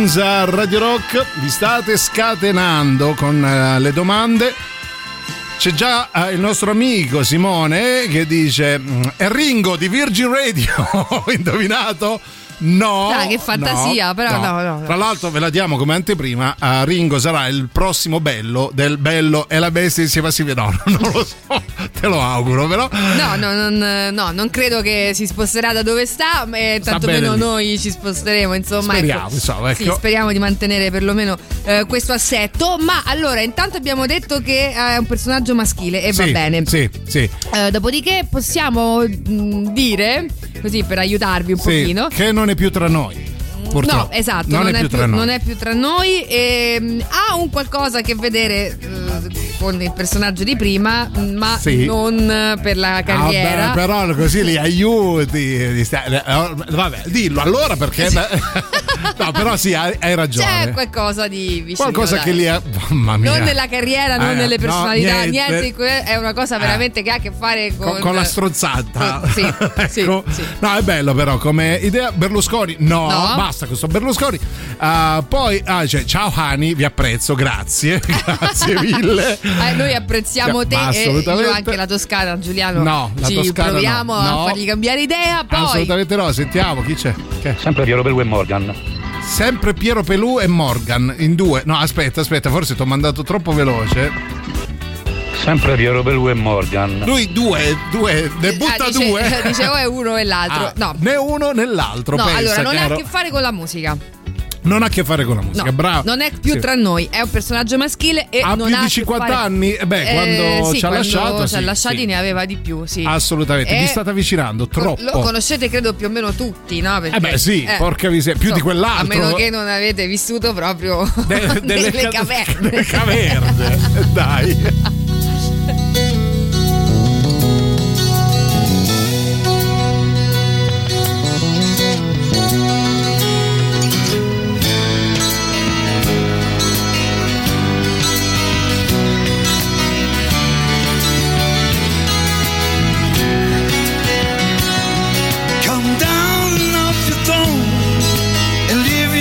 iTunes a Radio Rock. Vi state scatenando con uh, le domande. C'è già uh, il nostro amico Simone che dice: è Ringo di Virgin Radio. Indovinato? No, ah, che fantasia, no, però no. No, no, no. Tra l'altro ve la diamo come anteprima, uh, Ringo sarà il prossimo bello del Bello e la Bestia insieme a Silvia. No, non lo so, te lo auguro, però. No, no, non, no, non credo che si sposterà da dove sta, e tantomeno noi ci sposteremo, insomma. Speriamo, ecco. insomma, ecco. Sì, speriamo di mantenere perlomeno eh, questo assetto. Ma allora, intanto abbiamo detto che è un personaggio maschile e sì, va bene. Sì, sì. Eh, dopodiché possiamo mh, dire, così per aiutarvi un sì, pochino, che non è più tra noi. Purtroppo. No, esatto, non, non, è, è più più, tra noi. non è più tra noi e mh, ha un qualcosa a che vedere eh, con il personaggio di prima, ma sì. non per la carriera. Ah, beh, però così li aiuti. Vabbè, dillo allora perché. No, però sì, hai, hai ragione. C'è qualcosa di vicino. Qualcosa dai. che li ha. Mamma mia. Non nella carriera, non eh, nelle personalità, no, niente. niente. È una cosa veramente eh. che ha a che fare con. Con, con la stronzata. Con, sì, ecco. sì, sì. No, è bello però come idea. Berlusconi, no, no. basta questo Berlusconi. Uh, poi ah, cioè, ciao Hani, vi apprezzo, grazie. Grazie mille. Eh, noi apprezziamo sì, te e io anche la Toscana, Giuliano. No, la ci Toscana proviamo no. a No. fargli cambiare idea. Poi. Assolutamente no, sentiamo chi c'è. Che? Sempre Piero Pelù e Morgan. Sempre Piero Pelù e Morgan in due. No, aspetta, aspetta, forse ti ho mandato troppo veloce. Sempre Piero Pelù e Morgan. Lui due, due, ne butta ah, dice, due. Dice o è uno e l'altro. Ah, no. Né uno né l'altro. No, pensa, allora non caro. ha a che fare con la musica. Non ha a che fare con la musica, no, bravo. Non è più sì. tra noi, è un personaggio maschile e ha non più ha di cinquanta fare... anni. Beh, quando eh, sì, ci ha quando lasciato, ci ha sì, lasciati sì. ne aveva di più, sì. Assolutamente, e vi state avvicinando troppo. Lo conoscete credo più o meno tutti, no? Perché, eh beh sì, eh, porca miseria, più so, di quell'altro. A meno che non avete vissuto proprio De- delle nelle ca- caverne. Delle caverne, dai.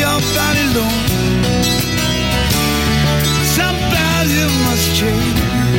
Body alone. Somebody must change.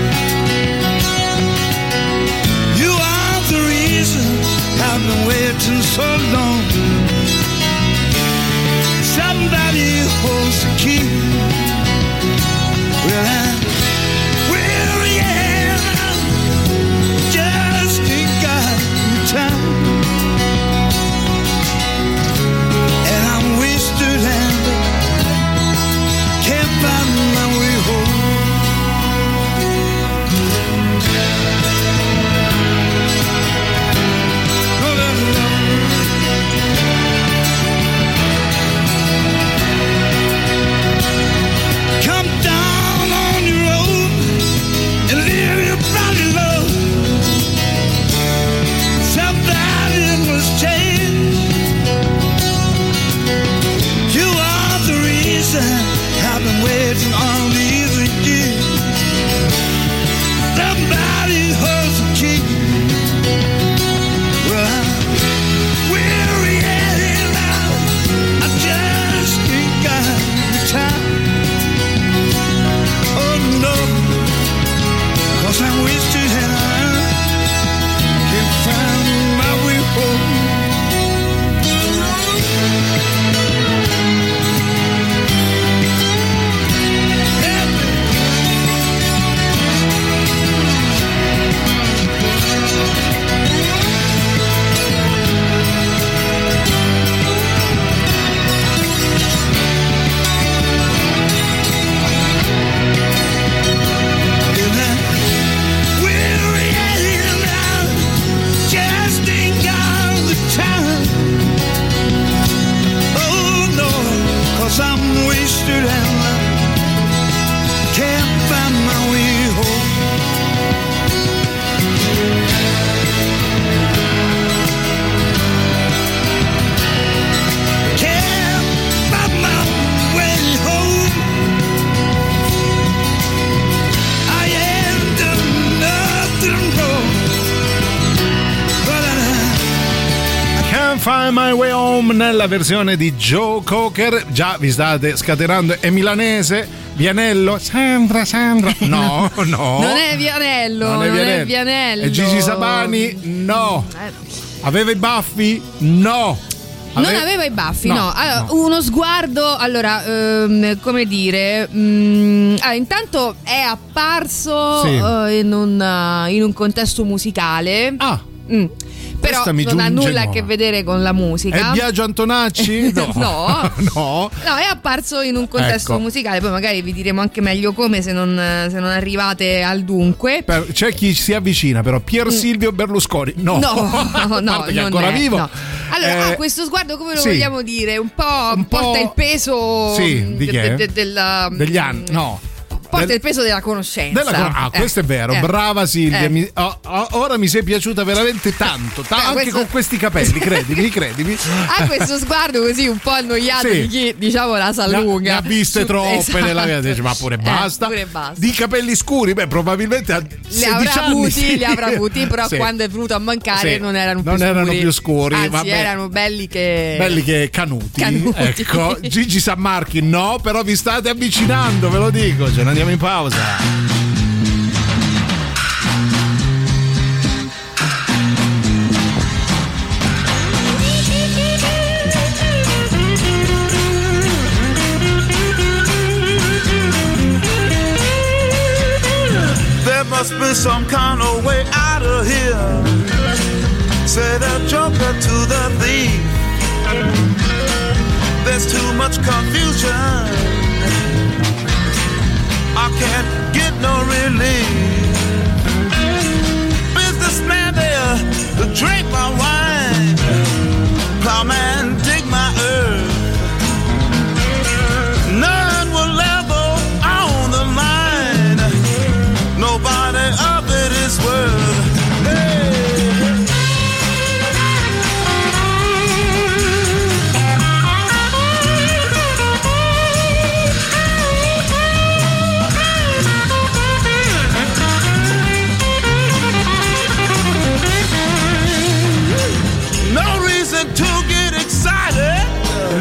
Find My Way Home nella versione di Joe Cocker. Già vi state scatenando, è milanese. Vianello, Sandra, Sandra. No, no. Non è Vianello, non è non Vianello. è Vianello. E Gigi Sabani? No. Aveva i baffi? No. Non aveva i baffi, no. No, Allora, no. uno sguardo, allora, ehm, come dire, mh, allora, intanto è apparso Sì. eh, in, un, in un contesto musicale. Ah. Mm. Però Questa mi non ha giunge nulla a nuova. che vedere con la musica. È Biagio Antonacci? No. No. No. No, è apparso in un contesto Ecco. musicale, poi magari vi diremo anche meglio come se non, se non arrivate al dunque. Per- c'è chi si avvicina, però Pier Silvio Berlusconi? No, No, a no, parte che è non ancora è, vivo. no. Allora, Eh, ah, questo sguardo come lo sì. vogliamo dire? Un po', Un po'- porta il peso Sì, mm, di de- che? de- della- Degli anni, no. Porta Del- il peso della conoscenza. Della con- ah, Eh, questo è vero, eh. brava Silvia. Eh. Mi- oh, oh, ora mi sei piaciuta veramente tanto, ta- Eh, anche questo- con questi capelli, credimi, credimi. Ha questo sguardo così un po' annoiato Sì. di chi, diciamo, la sa Ne ha- lunga. Ne ha viste Su- troppe esatto. nella vita, dice, ma pure Eh, basta. pure basta. Di capelli scuri, beh, probabilmente a Li sedici avrà anni, avuti, sì. li avrà avuti, però Sì. quando è venuto a mancare Sì. non erano più Non scuri. erano più scuri, Anzi, vabbè. erano belli che. Belli che canuti. Canuti. Ecco, Gigi Sammarchi no, però vi state avvicinando, ve lo dico. Ce ne andiamo in pausa. There must be some kind of way out of here. Say the joker to the thief. There's too much confusion. I can't get no relief. Businessman there to drink my wine. Plowman dig my earth. None will level on the line. Nobody of it is worth. Hey. No reason to get excited.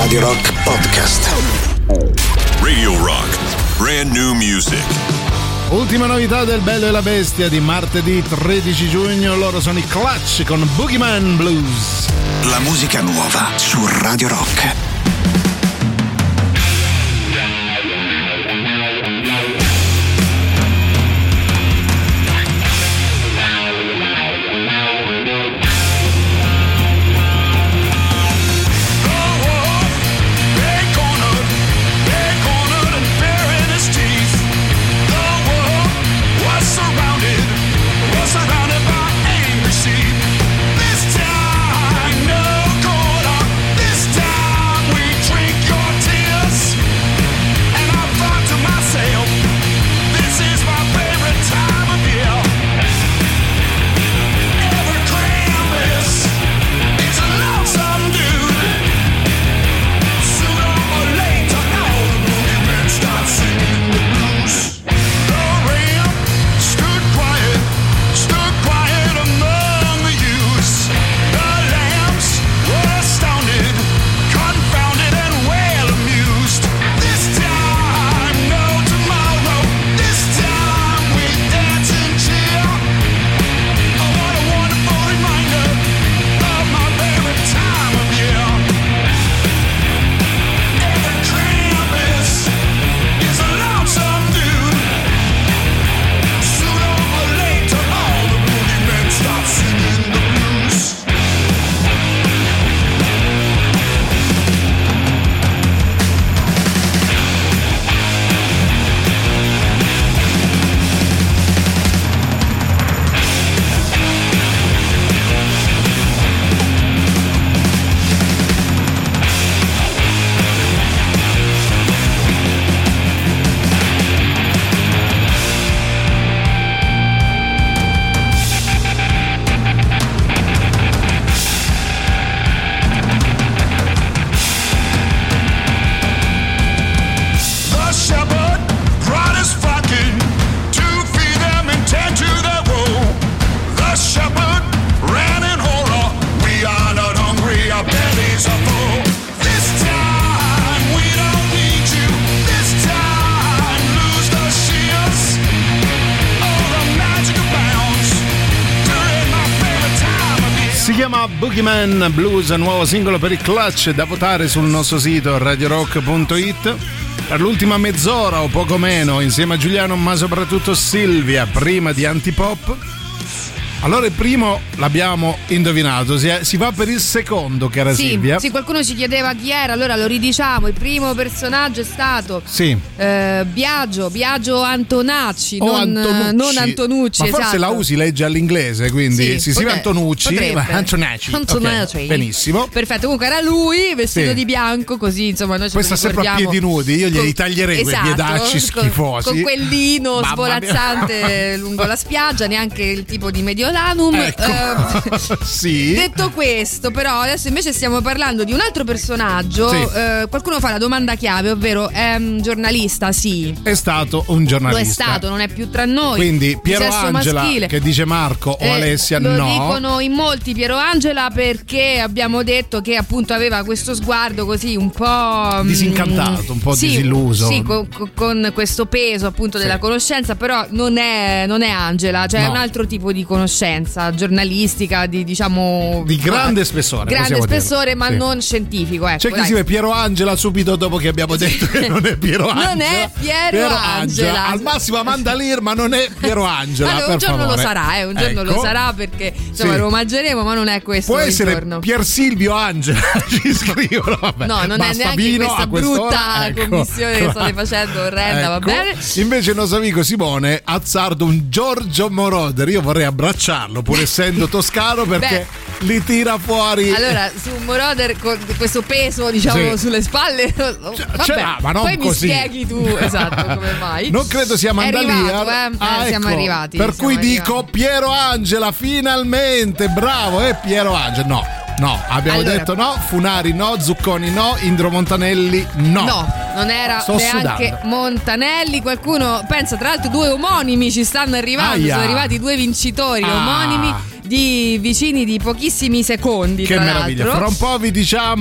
Radio Rock Podcast. Radio Rock, brand new music. Ultima novità del Bello e la Bestia di martedì tredici giugno, loro sono i Clutch con Boogeyman Blues. La musica nuova su Radio Rock. Boogeyman Blues, nuovo singolo per i Clutch, da votare sul nostro sito radio rock punto it. Per l'ultima mezz'ora o poco meno, insieme a Giuliano, ma soprattutto Silvia, prima di Antipop. Allora il primo l'abbiamo indovinato, si, è, si va per il secondo, cara sì, Silvia. Sì, qualcuno ci chiedeva chi era, allora lo ridiciamo. Il primo personaggio è stato sì. eh, Biagio, Biagio Antonacci, o non Antonucci. non Antonucci. Ma forse esatto. la U si legge all'inglese, quindi sì, si scrive Antonucci, ma Antonacci. Antonacci. Okay, benissimo. Perfetto, comunque era lui vestito sì. di bianco, così insomma noi ce Questa lo sempre a piedi nudi, io glieli taglierei esatto, quei piedacci schifosi. Con, con quel lino Mamma svolazzante mia. lungo la spiaggia, neanche il tipo di Mediolanum. Ecco. sì. Detto questo, però, adesso invece stiamo parlando di un altro personaggio. Sì. Eh, qualcuno fa la domanda chiave, ovvero è un giornalista? Sì. È stato un giornalista. Lo è stato, non è più tra noi. Quindi Piero Sesso Angela, maschile. che dice Marco o Eh, Alessia, lo no. dicono in molti Piero Angela, perché abbiamo detto che appunto aveva questo sguardo così un po' disincantato, un po' sì, disilluso. Sì, con, con questo peso appunto sì. della conoscenza, però non è, non è Angela, cioè no. è un altro tipo di conoscenza giornalistica, di diciamo di grande spessore, grande spessore, dirlo. ma sì. non scientifico. Ecco, c'è chi dai. scrive Piero Angela subito dopo che abbiamo detto che non è Piero Angela. Non è Piero, Piero Angela. Angela. Al massimo Amanda Lear, ma non è Piero Angela. Allora, per un giorno favore. lo sarà, eh, un giorno ecco. lo sarà, perché insomma sì. lo omaggeremo, ma non è questo Può il essere giorno. Pier Silvio Angela, ci scrivono. Vabbè. No, non Basta è neanche vino questa a quest'ora, brutta ecco. commissione che state facendo, orrenda, ecco. va bene? Invece il nostro amico Simone ha azzardo un Giorgio Moroder. Io vorrei abbracciarlo, pur essendo toscano, perché Beh, li tira fuori. Allora, su un Moroder con questo peso, diciamo, Sì. sulle spalle, vabbè, ce l'ha, ma non poi così. mi spieghi tu, esatto, come mai. Non credo sia Amanda È arrivato, Lear. eh? Ah, Eh, siamo ecco. arrivati. Per siamo cui arrivati. dico Piero Angela, finalmente, bravo, eh Piero Angela. No, no, abbiamo Allora. detto no, Funari no, Zucconi no, Indro Montanelli no. No, non era Sto neanche sudando. Montanelli. Qualcuno pensa, tra l'altro, due omonimi ci stanno arrivando. Aia. Sono arrivati due vincitori Ah. omonimi di vicini di pochissimi secondi. Che tra meraviglia. l'altro. Fra un po' vi diciamo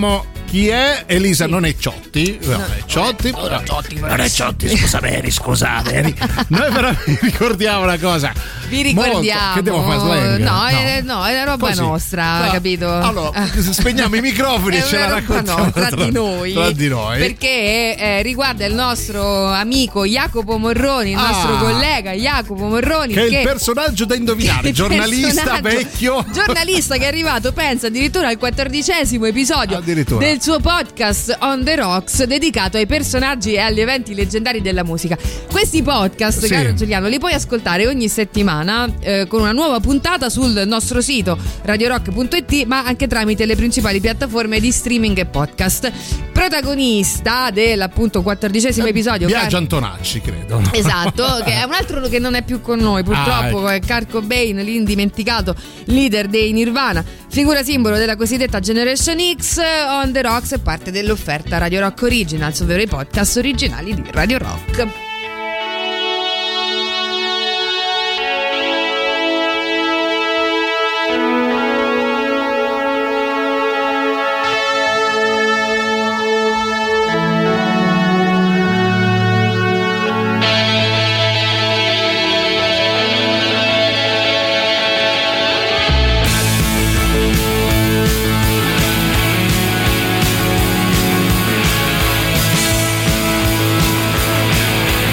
chi è? Elisa, sì. Non è Ciotti, no, no, è Ciotti, no, no, Ciotti non è Ciotti, scusa Mary, scusa Mary. Noi però vi ricordiamo una cosa. Vi ricordiamo. Molto. Che devo fare slang? No, no. È, no, è la roba Così. nostra, no. capito? Allora, spegniamo i microfoni e ce la raccontiamo no, tra, tra di noi. Tra di noi. Perché eh, riguarda il nostro amico Jacopo Morroni, il ah, nostro collega Jacopo Morroni. Che è che, il personaggio da indovinare, giornalista vecchio. Giornalista che è arrivato, pensa, addirittura al quattordicesimo episodio del suo podcast On The Rocks, dedicato ai personaggi e agli eventi leggendari della musica. Questi podcast, sì. caro Giuliano, li puoi ascoltare ogni settimana eh, con una nuova puntata sul nostro sito radio rock punto it, ma anche tramite le principali piattaforme di streaming e podcast. Protagonista dell'appunto quattordicesimo episodio, Biagio Car- Antonacci, credo. Esatto, che è un altro che non è più con noi, purtroppo, ah, ecco. È Kurt Cobain, l'indimenticato leader dei Nirvana, figura simbolo della cosiddetta Generation X. On The Rocks è parte dell'offerta Radio Rock Originals, ovvero i podcast originali di Radio Rock. We'll be right back.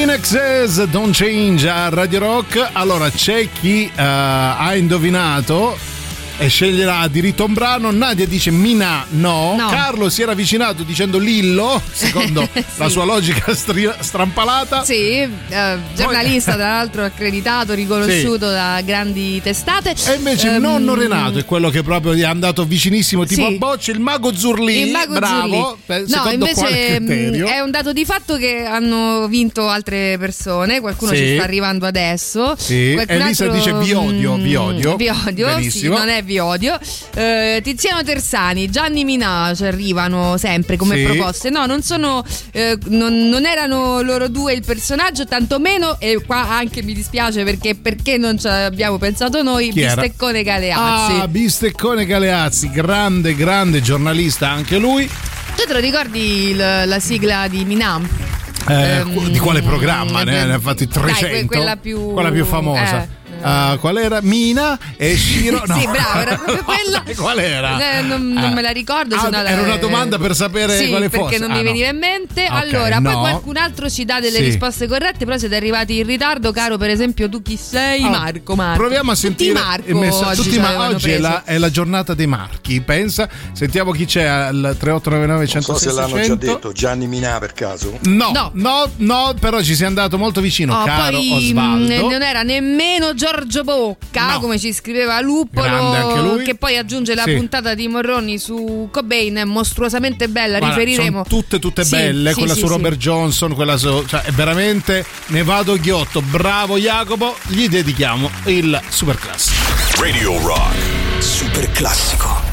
Inexes Don't Change a Radio Rock. Allora c'è chi uh, ha indovinato e sceglierà diritto a un brano. Nadia dice Mina no. no. Carlo si era avvicinato dicendo Lillo, secondo sì. la sua logica stri- strampalata. Sì, eh, giornalista tra l'altro accreditato, riconosciuto sì. da grandi testate. E invece um, il nonno Renato è quello che proprio è andato vicinissimo, tipo sì. a Bocce, il mago Zurlì. Il mago bravo. Zurlì. No, invece è un dato di fatto che hanno vinto altre persone. Qualcuno sì. ci sta arrivando adesso. Sì. Elisa altro, dice vi odio, vi odio. Vi odio, benissimo. Sì, non è vi odio. Eh, Tiziano Tersani, Gianni Minà ci arrivano sempre come sì. proposte. No, non sono eh, non, non erano loro due il personaggio, tantomeno, e qua anche mi dispiace perché perché non ci abbiamo pensato noi. Chi Bisteccone era? Galeazzi. Ah, Bisteccone Galeazzi, grande grande giornalista anche lui. Tu te lo ricordi la, la sigla di Minà? Eh, um, di quale programma? Ne, ne ha fatti trecento. Dai, quella più quella più famosa. Eh. Uh, qual era? Mina e Shiro? No. Sì, bravo, era proprio quella. Qual era? Eh, non, non me la ricordo. Ah, se no era la... una domanda per sapere sì, quale fosse. fosse. Perché non ah, mi veniva no. in mente. Okay, allora, no. poi qualcun altro ci dà delle sì. risposte corrette, però siete arrivati in ritardo, caro. Per esempio, tu chi sei? Allora, Marco, Marco. Proviamo a sentire tutti Marco. Il messa- oggi tutti ma- oggi è la, è la giornata dei marchi. Pensa, sentiamo chi c'è al tre otto nove nove uno zero sei Non so se l'hanno già detto, Gianni Minà per caso? No, no, no, no però ci sei andato molto vicino, oh, caro poi Osvaldo. Non era nemmeno Giorgio Bocca, no. come ci scriveva Luppolo, che poi aggiunge la sì. puntata di Morroni su Cobain, mostruosamente bella. Guarda, riferiremo sono tutte tutte sì, belle, sì, quella sì, su sì. Robert Johnson, quella su, cioè è veramente ne vado ghiotto. Bravo Jacopo, gli dedichiamo il super classico. Radio Rock super classico.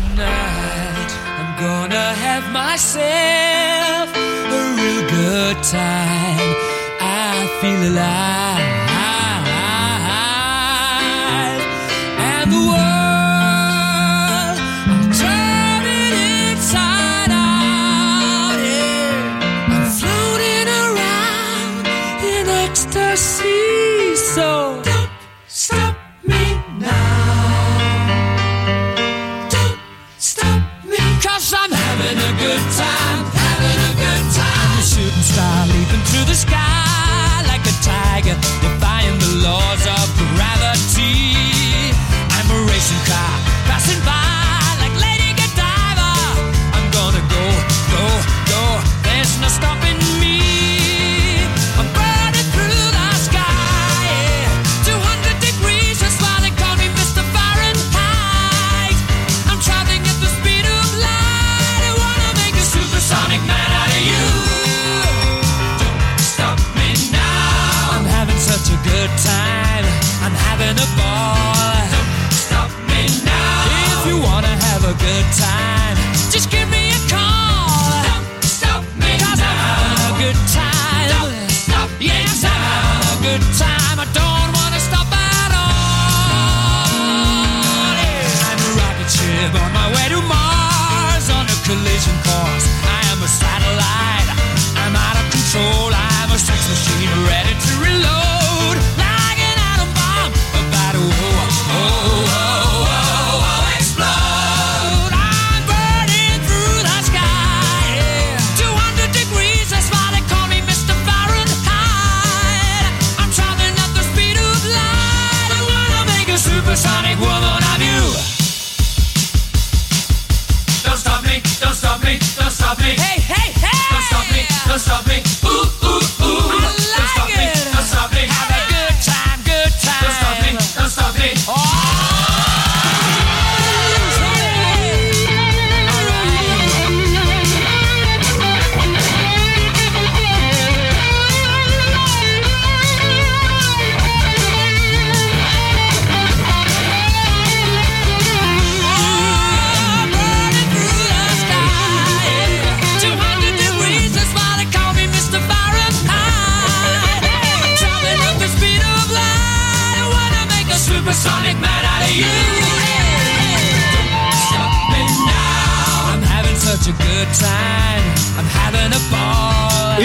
Tonight I'm gonna have myself a real good time. I feel alive. The world, I'm turning inside out, yeah. I'm floating around in ecstasy, so don't stop me now. Don't stop me, 'cause I'm having a good time, having a good time. I'm a shooting star leaping through the sky like a tiger, defying the laws of gravity. A racing car passing by like Lady Godiva. I'm gonna go, go, go. There's no stopping me. I'm burning through the sky, yeah. two hundred degrees, that's why they call me Mister Fahrenheit. I'm traveling at the speed of light. I wanna make a supersonic man out of you. Don't stop me now. I'm having such a good time. I'm having a ball. If you wanna have a good time, just give me a call. Don't stop me 'cause now. I'm having a good time. Don't stop yes, I'm having a good time. I don't wanna stop at all. Yeah. I'm a rocket ship on my way to Mars on a collision course. I am a satellite. I'm out of control. I'm a sex machine ready to reload like an atom bomb about to oh, oh, oh. Supersonic woman of you. Don't stop me, don't stop me, don't stop me. Hey, hey, hey! Don't stop me, don't stop me. Ooh, ooh, ooh. I like don't stop it. me, don't stop me. Have a good time, good time. Don't stop me, don't stop me. Oh! Supersonic man out of you. Don't stop me now. I'm having such a good time. I'm having a ball. I Queen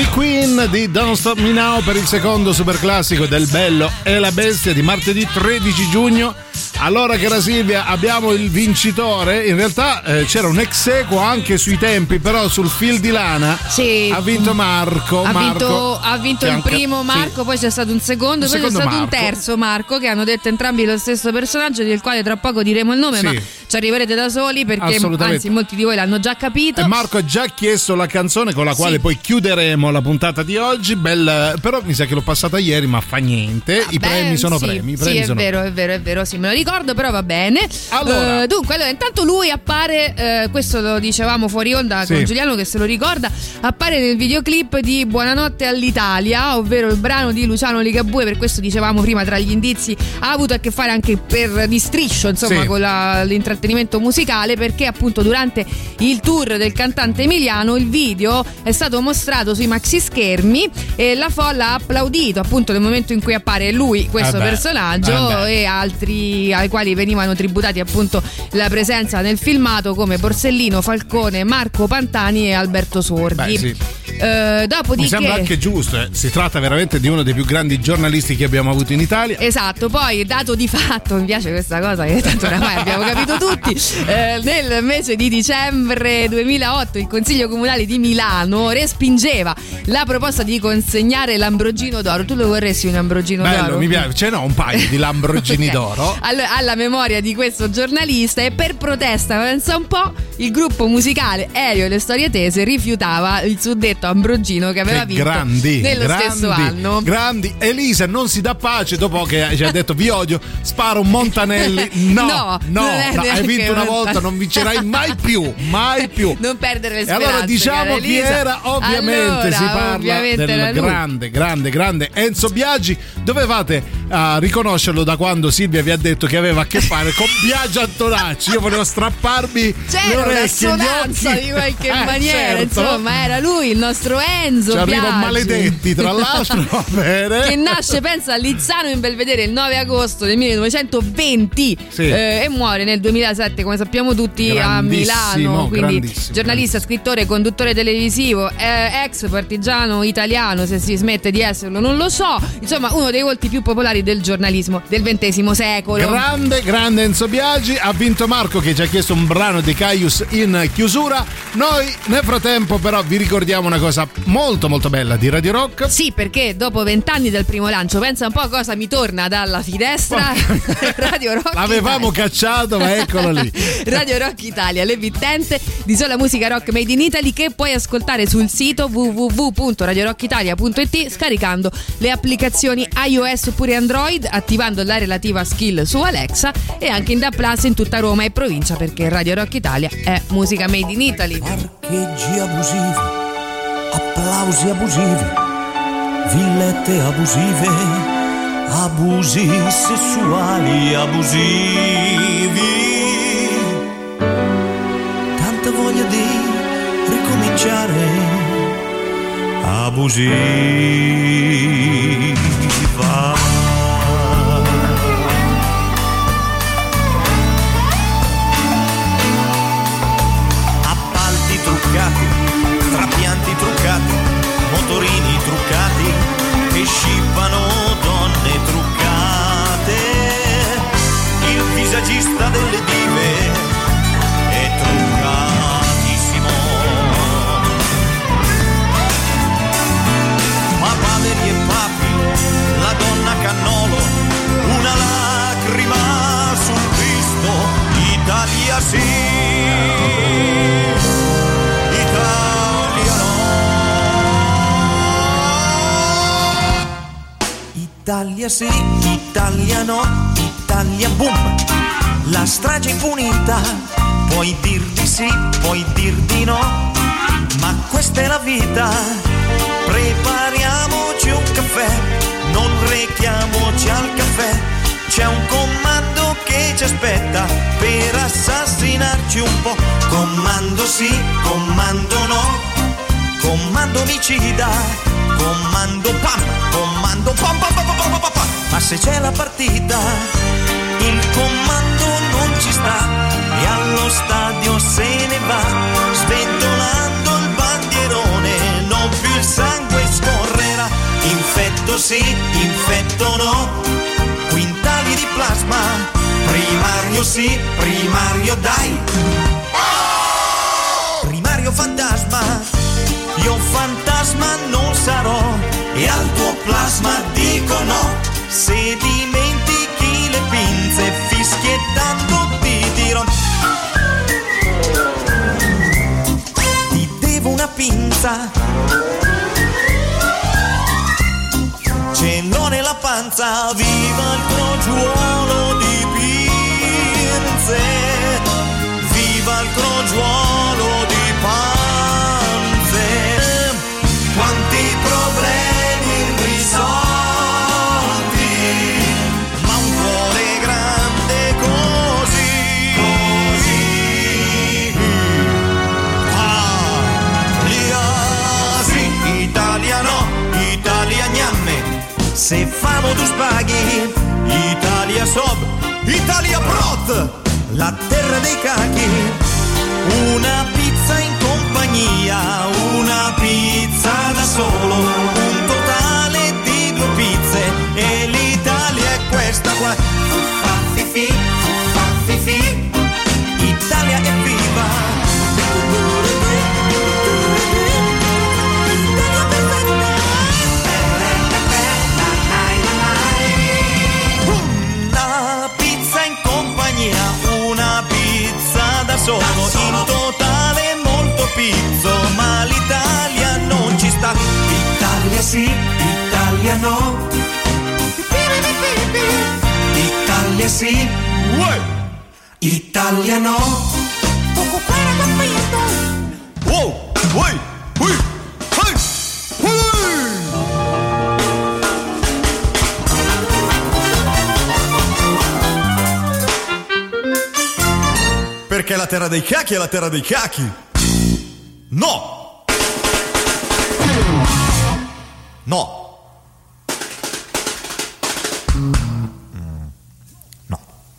Queen di Don't Stop Me Now per il secondo super classico del Bello e la Bestia di martedì tredici giugno. Allora, cara Silvia, abbiamo il vincitore. In realtà eh, c'era un ex equo anche sui tempi, però sul fil di lana sì. ha vinto Marco. Ha Marco, vinto, ha vinto il anche, primo Marco, sì. Poi c'è stato un secondo, un poi secondo c'è stato Marco. un terzo Marco, che hanno detto entrambi lo stesso personaggio, del quale tra poco diremo il nome, sì. Ma ci arriverete da soli perché anzi molti di voi l'hanno già capito. E Marco ha già chiesto la canzone con la quale sì. poi chiuderemo la puntata di oggi. Bella, però mi sa che l'ho passata ieri, ma fa niente. Ah, I beh, premi sono sì. premi. I premi sì, è sono vero, è vero, è vero, sì, me lo ricordo, però va bene. Allora. Uh, dunque, allora, intanto lui appare, uh, questo lo dicevamo fuori onda sì. con Giuliano che se lo ricorda, appare nel videoclip di Buonanotte all'Italia, ovvero il brano di Luciano Ligabue. Per questo dicevamo prima, tra gli indizi ha avuto a che fare anche per di striscio, insomma, sì. con la, l'intrattenimento musicale, perché appunto durante il tour del cantante emiliano il video è stato mostrato sui maxi schermi e la folla ha applaudito appunto nel momento in cui appare lui, questo eh beh, personaggio, eh e altri ai quali venivano tributati appunto la presenza nel filmato come Borsellino, Falcone, Marco Pantani e Alberto Sordi. Beh, sì. Uh, dopodiché... Mi sembra anche giusto, eh. Si tratta veramente di uno dei più grandi giornalisti che abbiamo avuto in Italia. Esatto, poi dato di fatto, mi piace questa cosa che tanto oramai abbiamo capito tutti, eh, nel mese di dicembre duemilaotto il Consiglio Comunale di Milano respingeva la proposta di consegnare l'Ambrogino d'oro. Tu lo vorresti un Ambrogino Bello, d'oro? Mi piace, ce n'ho un paio di Lamborghini okay. d'oro Allora, alla memoria di questo giornalista, e per protesta, pensa un po', il gruppo musicale Elio e le Storie Tese rifiutava il suddetto Ambrogino che aveva che vinto grandi, nello grandi, stesso anno. Grandi. Elisa non si dà pace dopo che ci ha detto vi odio, spara un Montanelli. No, no, no, no hai vinto una volta, non vincerai mai più, mai più. Non perdere le speranze. E allora diciamo chi era, ovviamente allora, si parla ovviamente del grande, grande, grande Enzo Biagi. Dovevate uh, riconoscerlo da quando Silvia vi ha detto che aveva a che fare con Biagio Antonacci. Io volevo strapparmi c'era le orecchie, una sonanza di qualche eh, maniera, certo. Insomma, era lui il nostro Enzo ci arriva Biagi. Maledetti, tra l'altro, va bene. Che nasce, pensa, a Lizzano in Belvedere il nove agosto del millenovecentoventi sì. eh, e muore nel duemilasette, come sappiamo tutti, a Milano. Quindi giornalista, scrittore, conduttore televisivo, eh, ex partigiano italiano, se si smette di esserlo non lo so, insomma uno dei volti più popolari del giornalismo del ventesimo secolo. Grande, grande Enzo Biagi. Ha vinto Marco che ci ha chiesto un brano di Caius in chiusura. Noi nel frattempo però vi ricordiamo una cosa molto molto bella di Radio Rock. Sì, perché dopo vent'anni dal primo lancio, pensa un po' cosa mi torna dalla finestra. Radio Rock l'avevamo Italia. Cacciato, ma eccolo lì. Radio Rock Italia, l'emittente di sola musica rock made in Italy, che puoi ascoltare sul sito w w w punto radio rock italia punto i t scaricando le applicazioni iOS oppure Android, attivando la relativa skill su Alexa, e anche in D A B plus in tutta Roma e provincia, perché Radio Rock Italia è musica made in Italy. Parcheggi abusivi, applausi abusivi, villette abusive, abusi sessuali abusivi, tanta voglia di ricominciare, abusiva. Trapianti truccati, motorini truccati, che scippano donne truccate. Il visagista delle dive è truccatissimo. Papaveri e papi, la donna cannolo, una lacrima sul Cristo, Italia sì. Italia sì, Italia no, Italia boom, la strage impunita, puoi dir di sì, puoi dir di no, ma questa è la vita, prepariamoci un caffè, non rechiamoci al caffè, c'è un comando che ci aspetta per assassinarci un po', comando sì, comando no, comando omicida, comando pam, comando pam pam pam pam pam pam pam. Ma se c'è la partita, il comando non ci sta e allo stadio se ne va, sventolando il bandierone, non più il sangue scorre. si infettono quintali di plasma. Primario sì, primario dai. Primario fantasma, io fantasma non sarò e al tuo plasma dico no. Se dimentichi le pinze fischiettando ti dirò. Ti devo una pinza, ce l'ho nella panza. Viva il crogiuolo di pinze, viva il crogiuolo di panze. Quanti problemi risolti, ma un cuore grande così, così. Tagliasi, italiano, italiagname. Se famo tu spaghi, Italia Sob, Italia Prot, la terra dei cachi. Una pizza in compagnia, una pizza da solo, un totale di due pizze e l'Italia è questa qua. Fa fifi, fa fifi, Italia è viva. Una pizza in compagnia, una pizza da solo, in totale molto pizzo, ma l'Italia non ci sta. Italia sì, Italia no. Italia sì, Italia no. Wow, uy, uy, uy, perché la terra dei cachi è la terra dei cachi. No! No! Mm. No.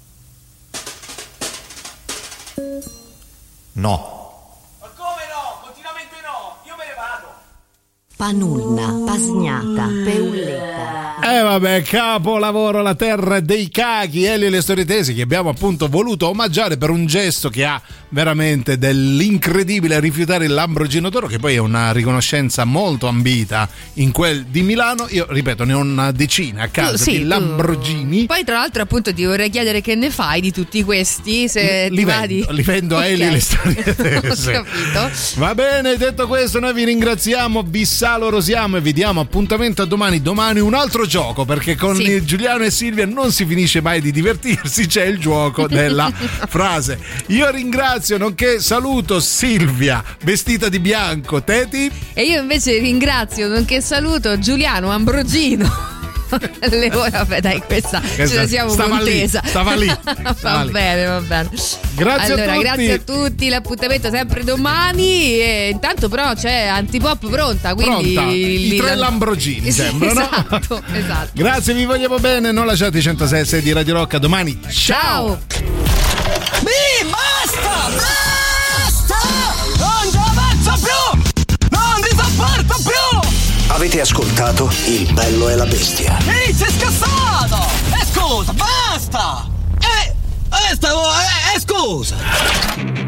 No. Ma come no? Continuamente no! Io me ne vado! Panulna, Pasgnata, Peuleta. Eh vabbè, capolavoro, la terra dei cachi, Elio e le storie tesi, che abbiamo appunto voluto omaggiare per un gesto che ha veramente dell'incredibile, rifiutare il Lamborghini d'Oro, che poi è una riconoscenza molto ambita in quel di Milano. Io ripeto, ne ho una decina a casa sì, di Lamborghini. Poi tra l'altro appunto ti vorrei chiedere che ne fai di tutti questi, se li ti vendo, va di... li vendo a okay. Elio e le storie tesi. Ho capito. Va bene, detto questo noi vi ringraziamo, vi salorosiamo e vi diamo appuntamento a domani. Domani un altro gioco, perché con sì. Giuliano e Silvia non si finisce mai di divertirsi, c'è il gioco della frase. Io ringrazio, nonché saluto Silvia vestita di bianco, Teti. E io invece ringrazio, nonché saluto Giuliano Ambrogino. Le ore, vabbè dai, questa Questa ce la siamo stava contesa. Lì, stava lì. Stava va lì. bene, va bene. Grazie allora, a tutti. grazie a tutti. L'appuntamento sempre domani. E intanto, però, c'è Antipop pronta. Quindi Pronta. I li, tre la... Lamborghini sembrano. Esatto, esatto. Grazie, vi vogliamo bene. Non lasciate i centosei e sei di Radio Rock. A domani. Ciao. Mi basta! Basta! Non ce la faccio più! Non ti sopporto più! Avete ascoltato Il Bello e la Bestia? Ehi, sei scassato! E eh, scusa, basta! Eh, eh, stavo, eh, eh scusa!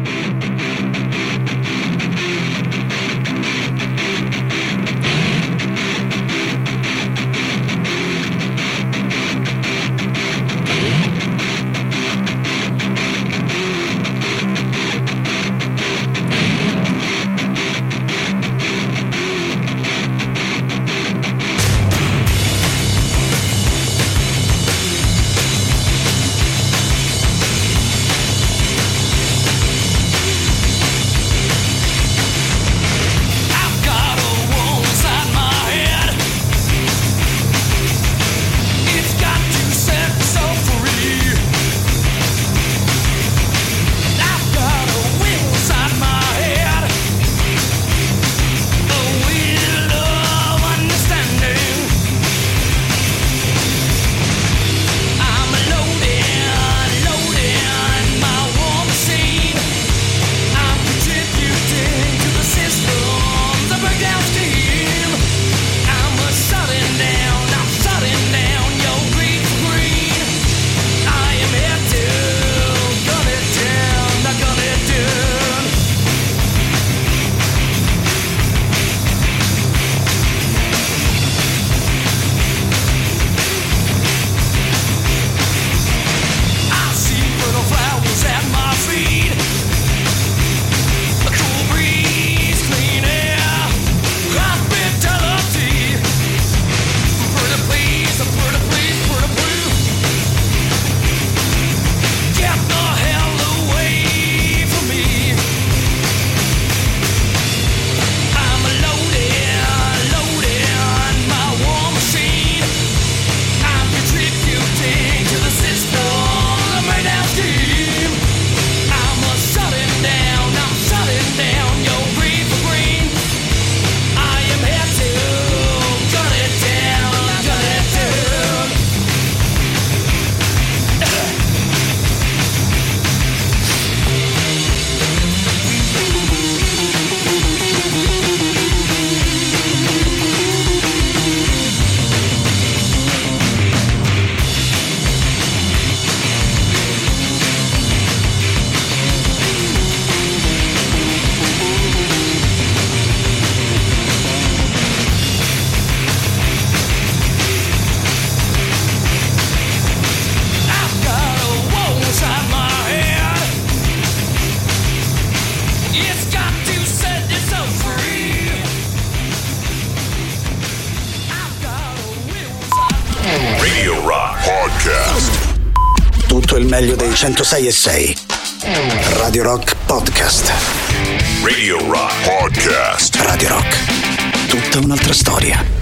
Podcast. Tutto il meglio dei centosei e sei. Radio Rock Podcast. Radio Rock Podcast. Radio Rock. Tutta un'altra storia.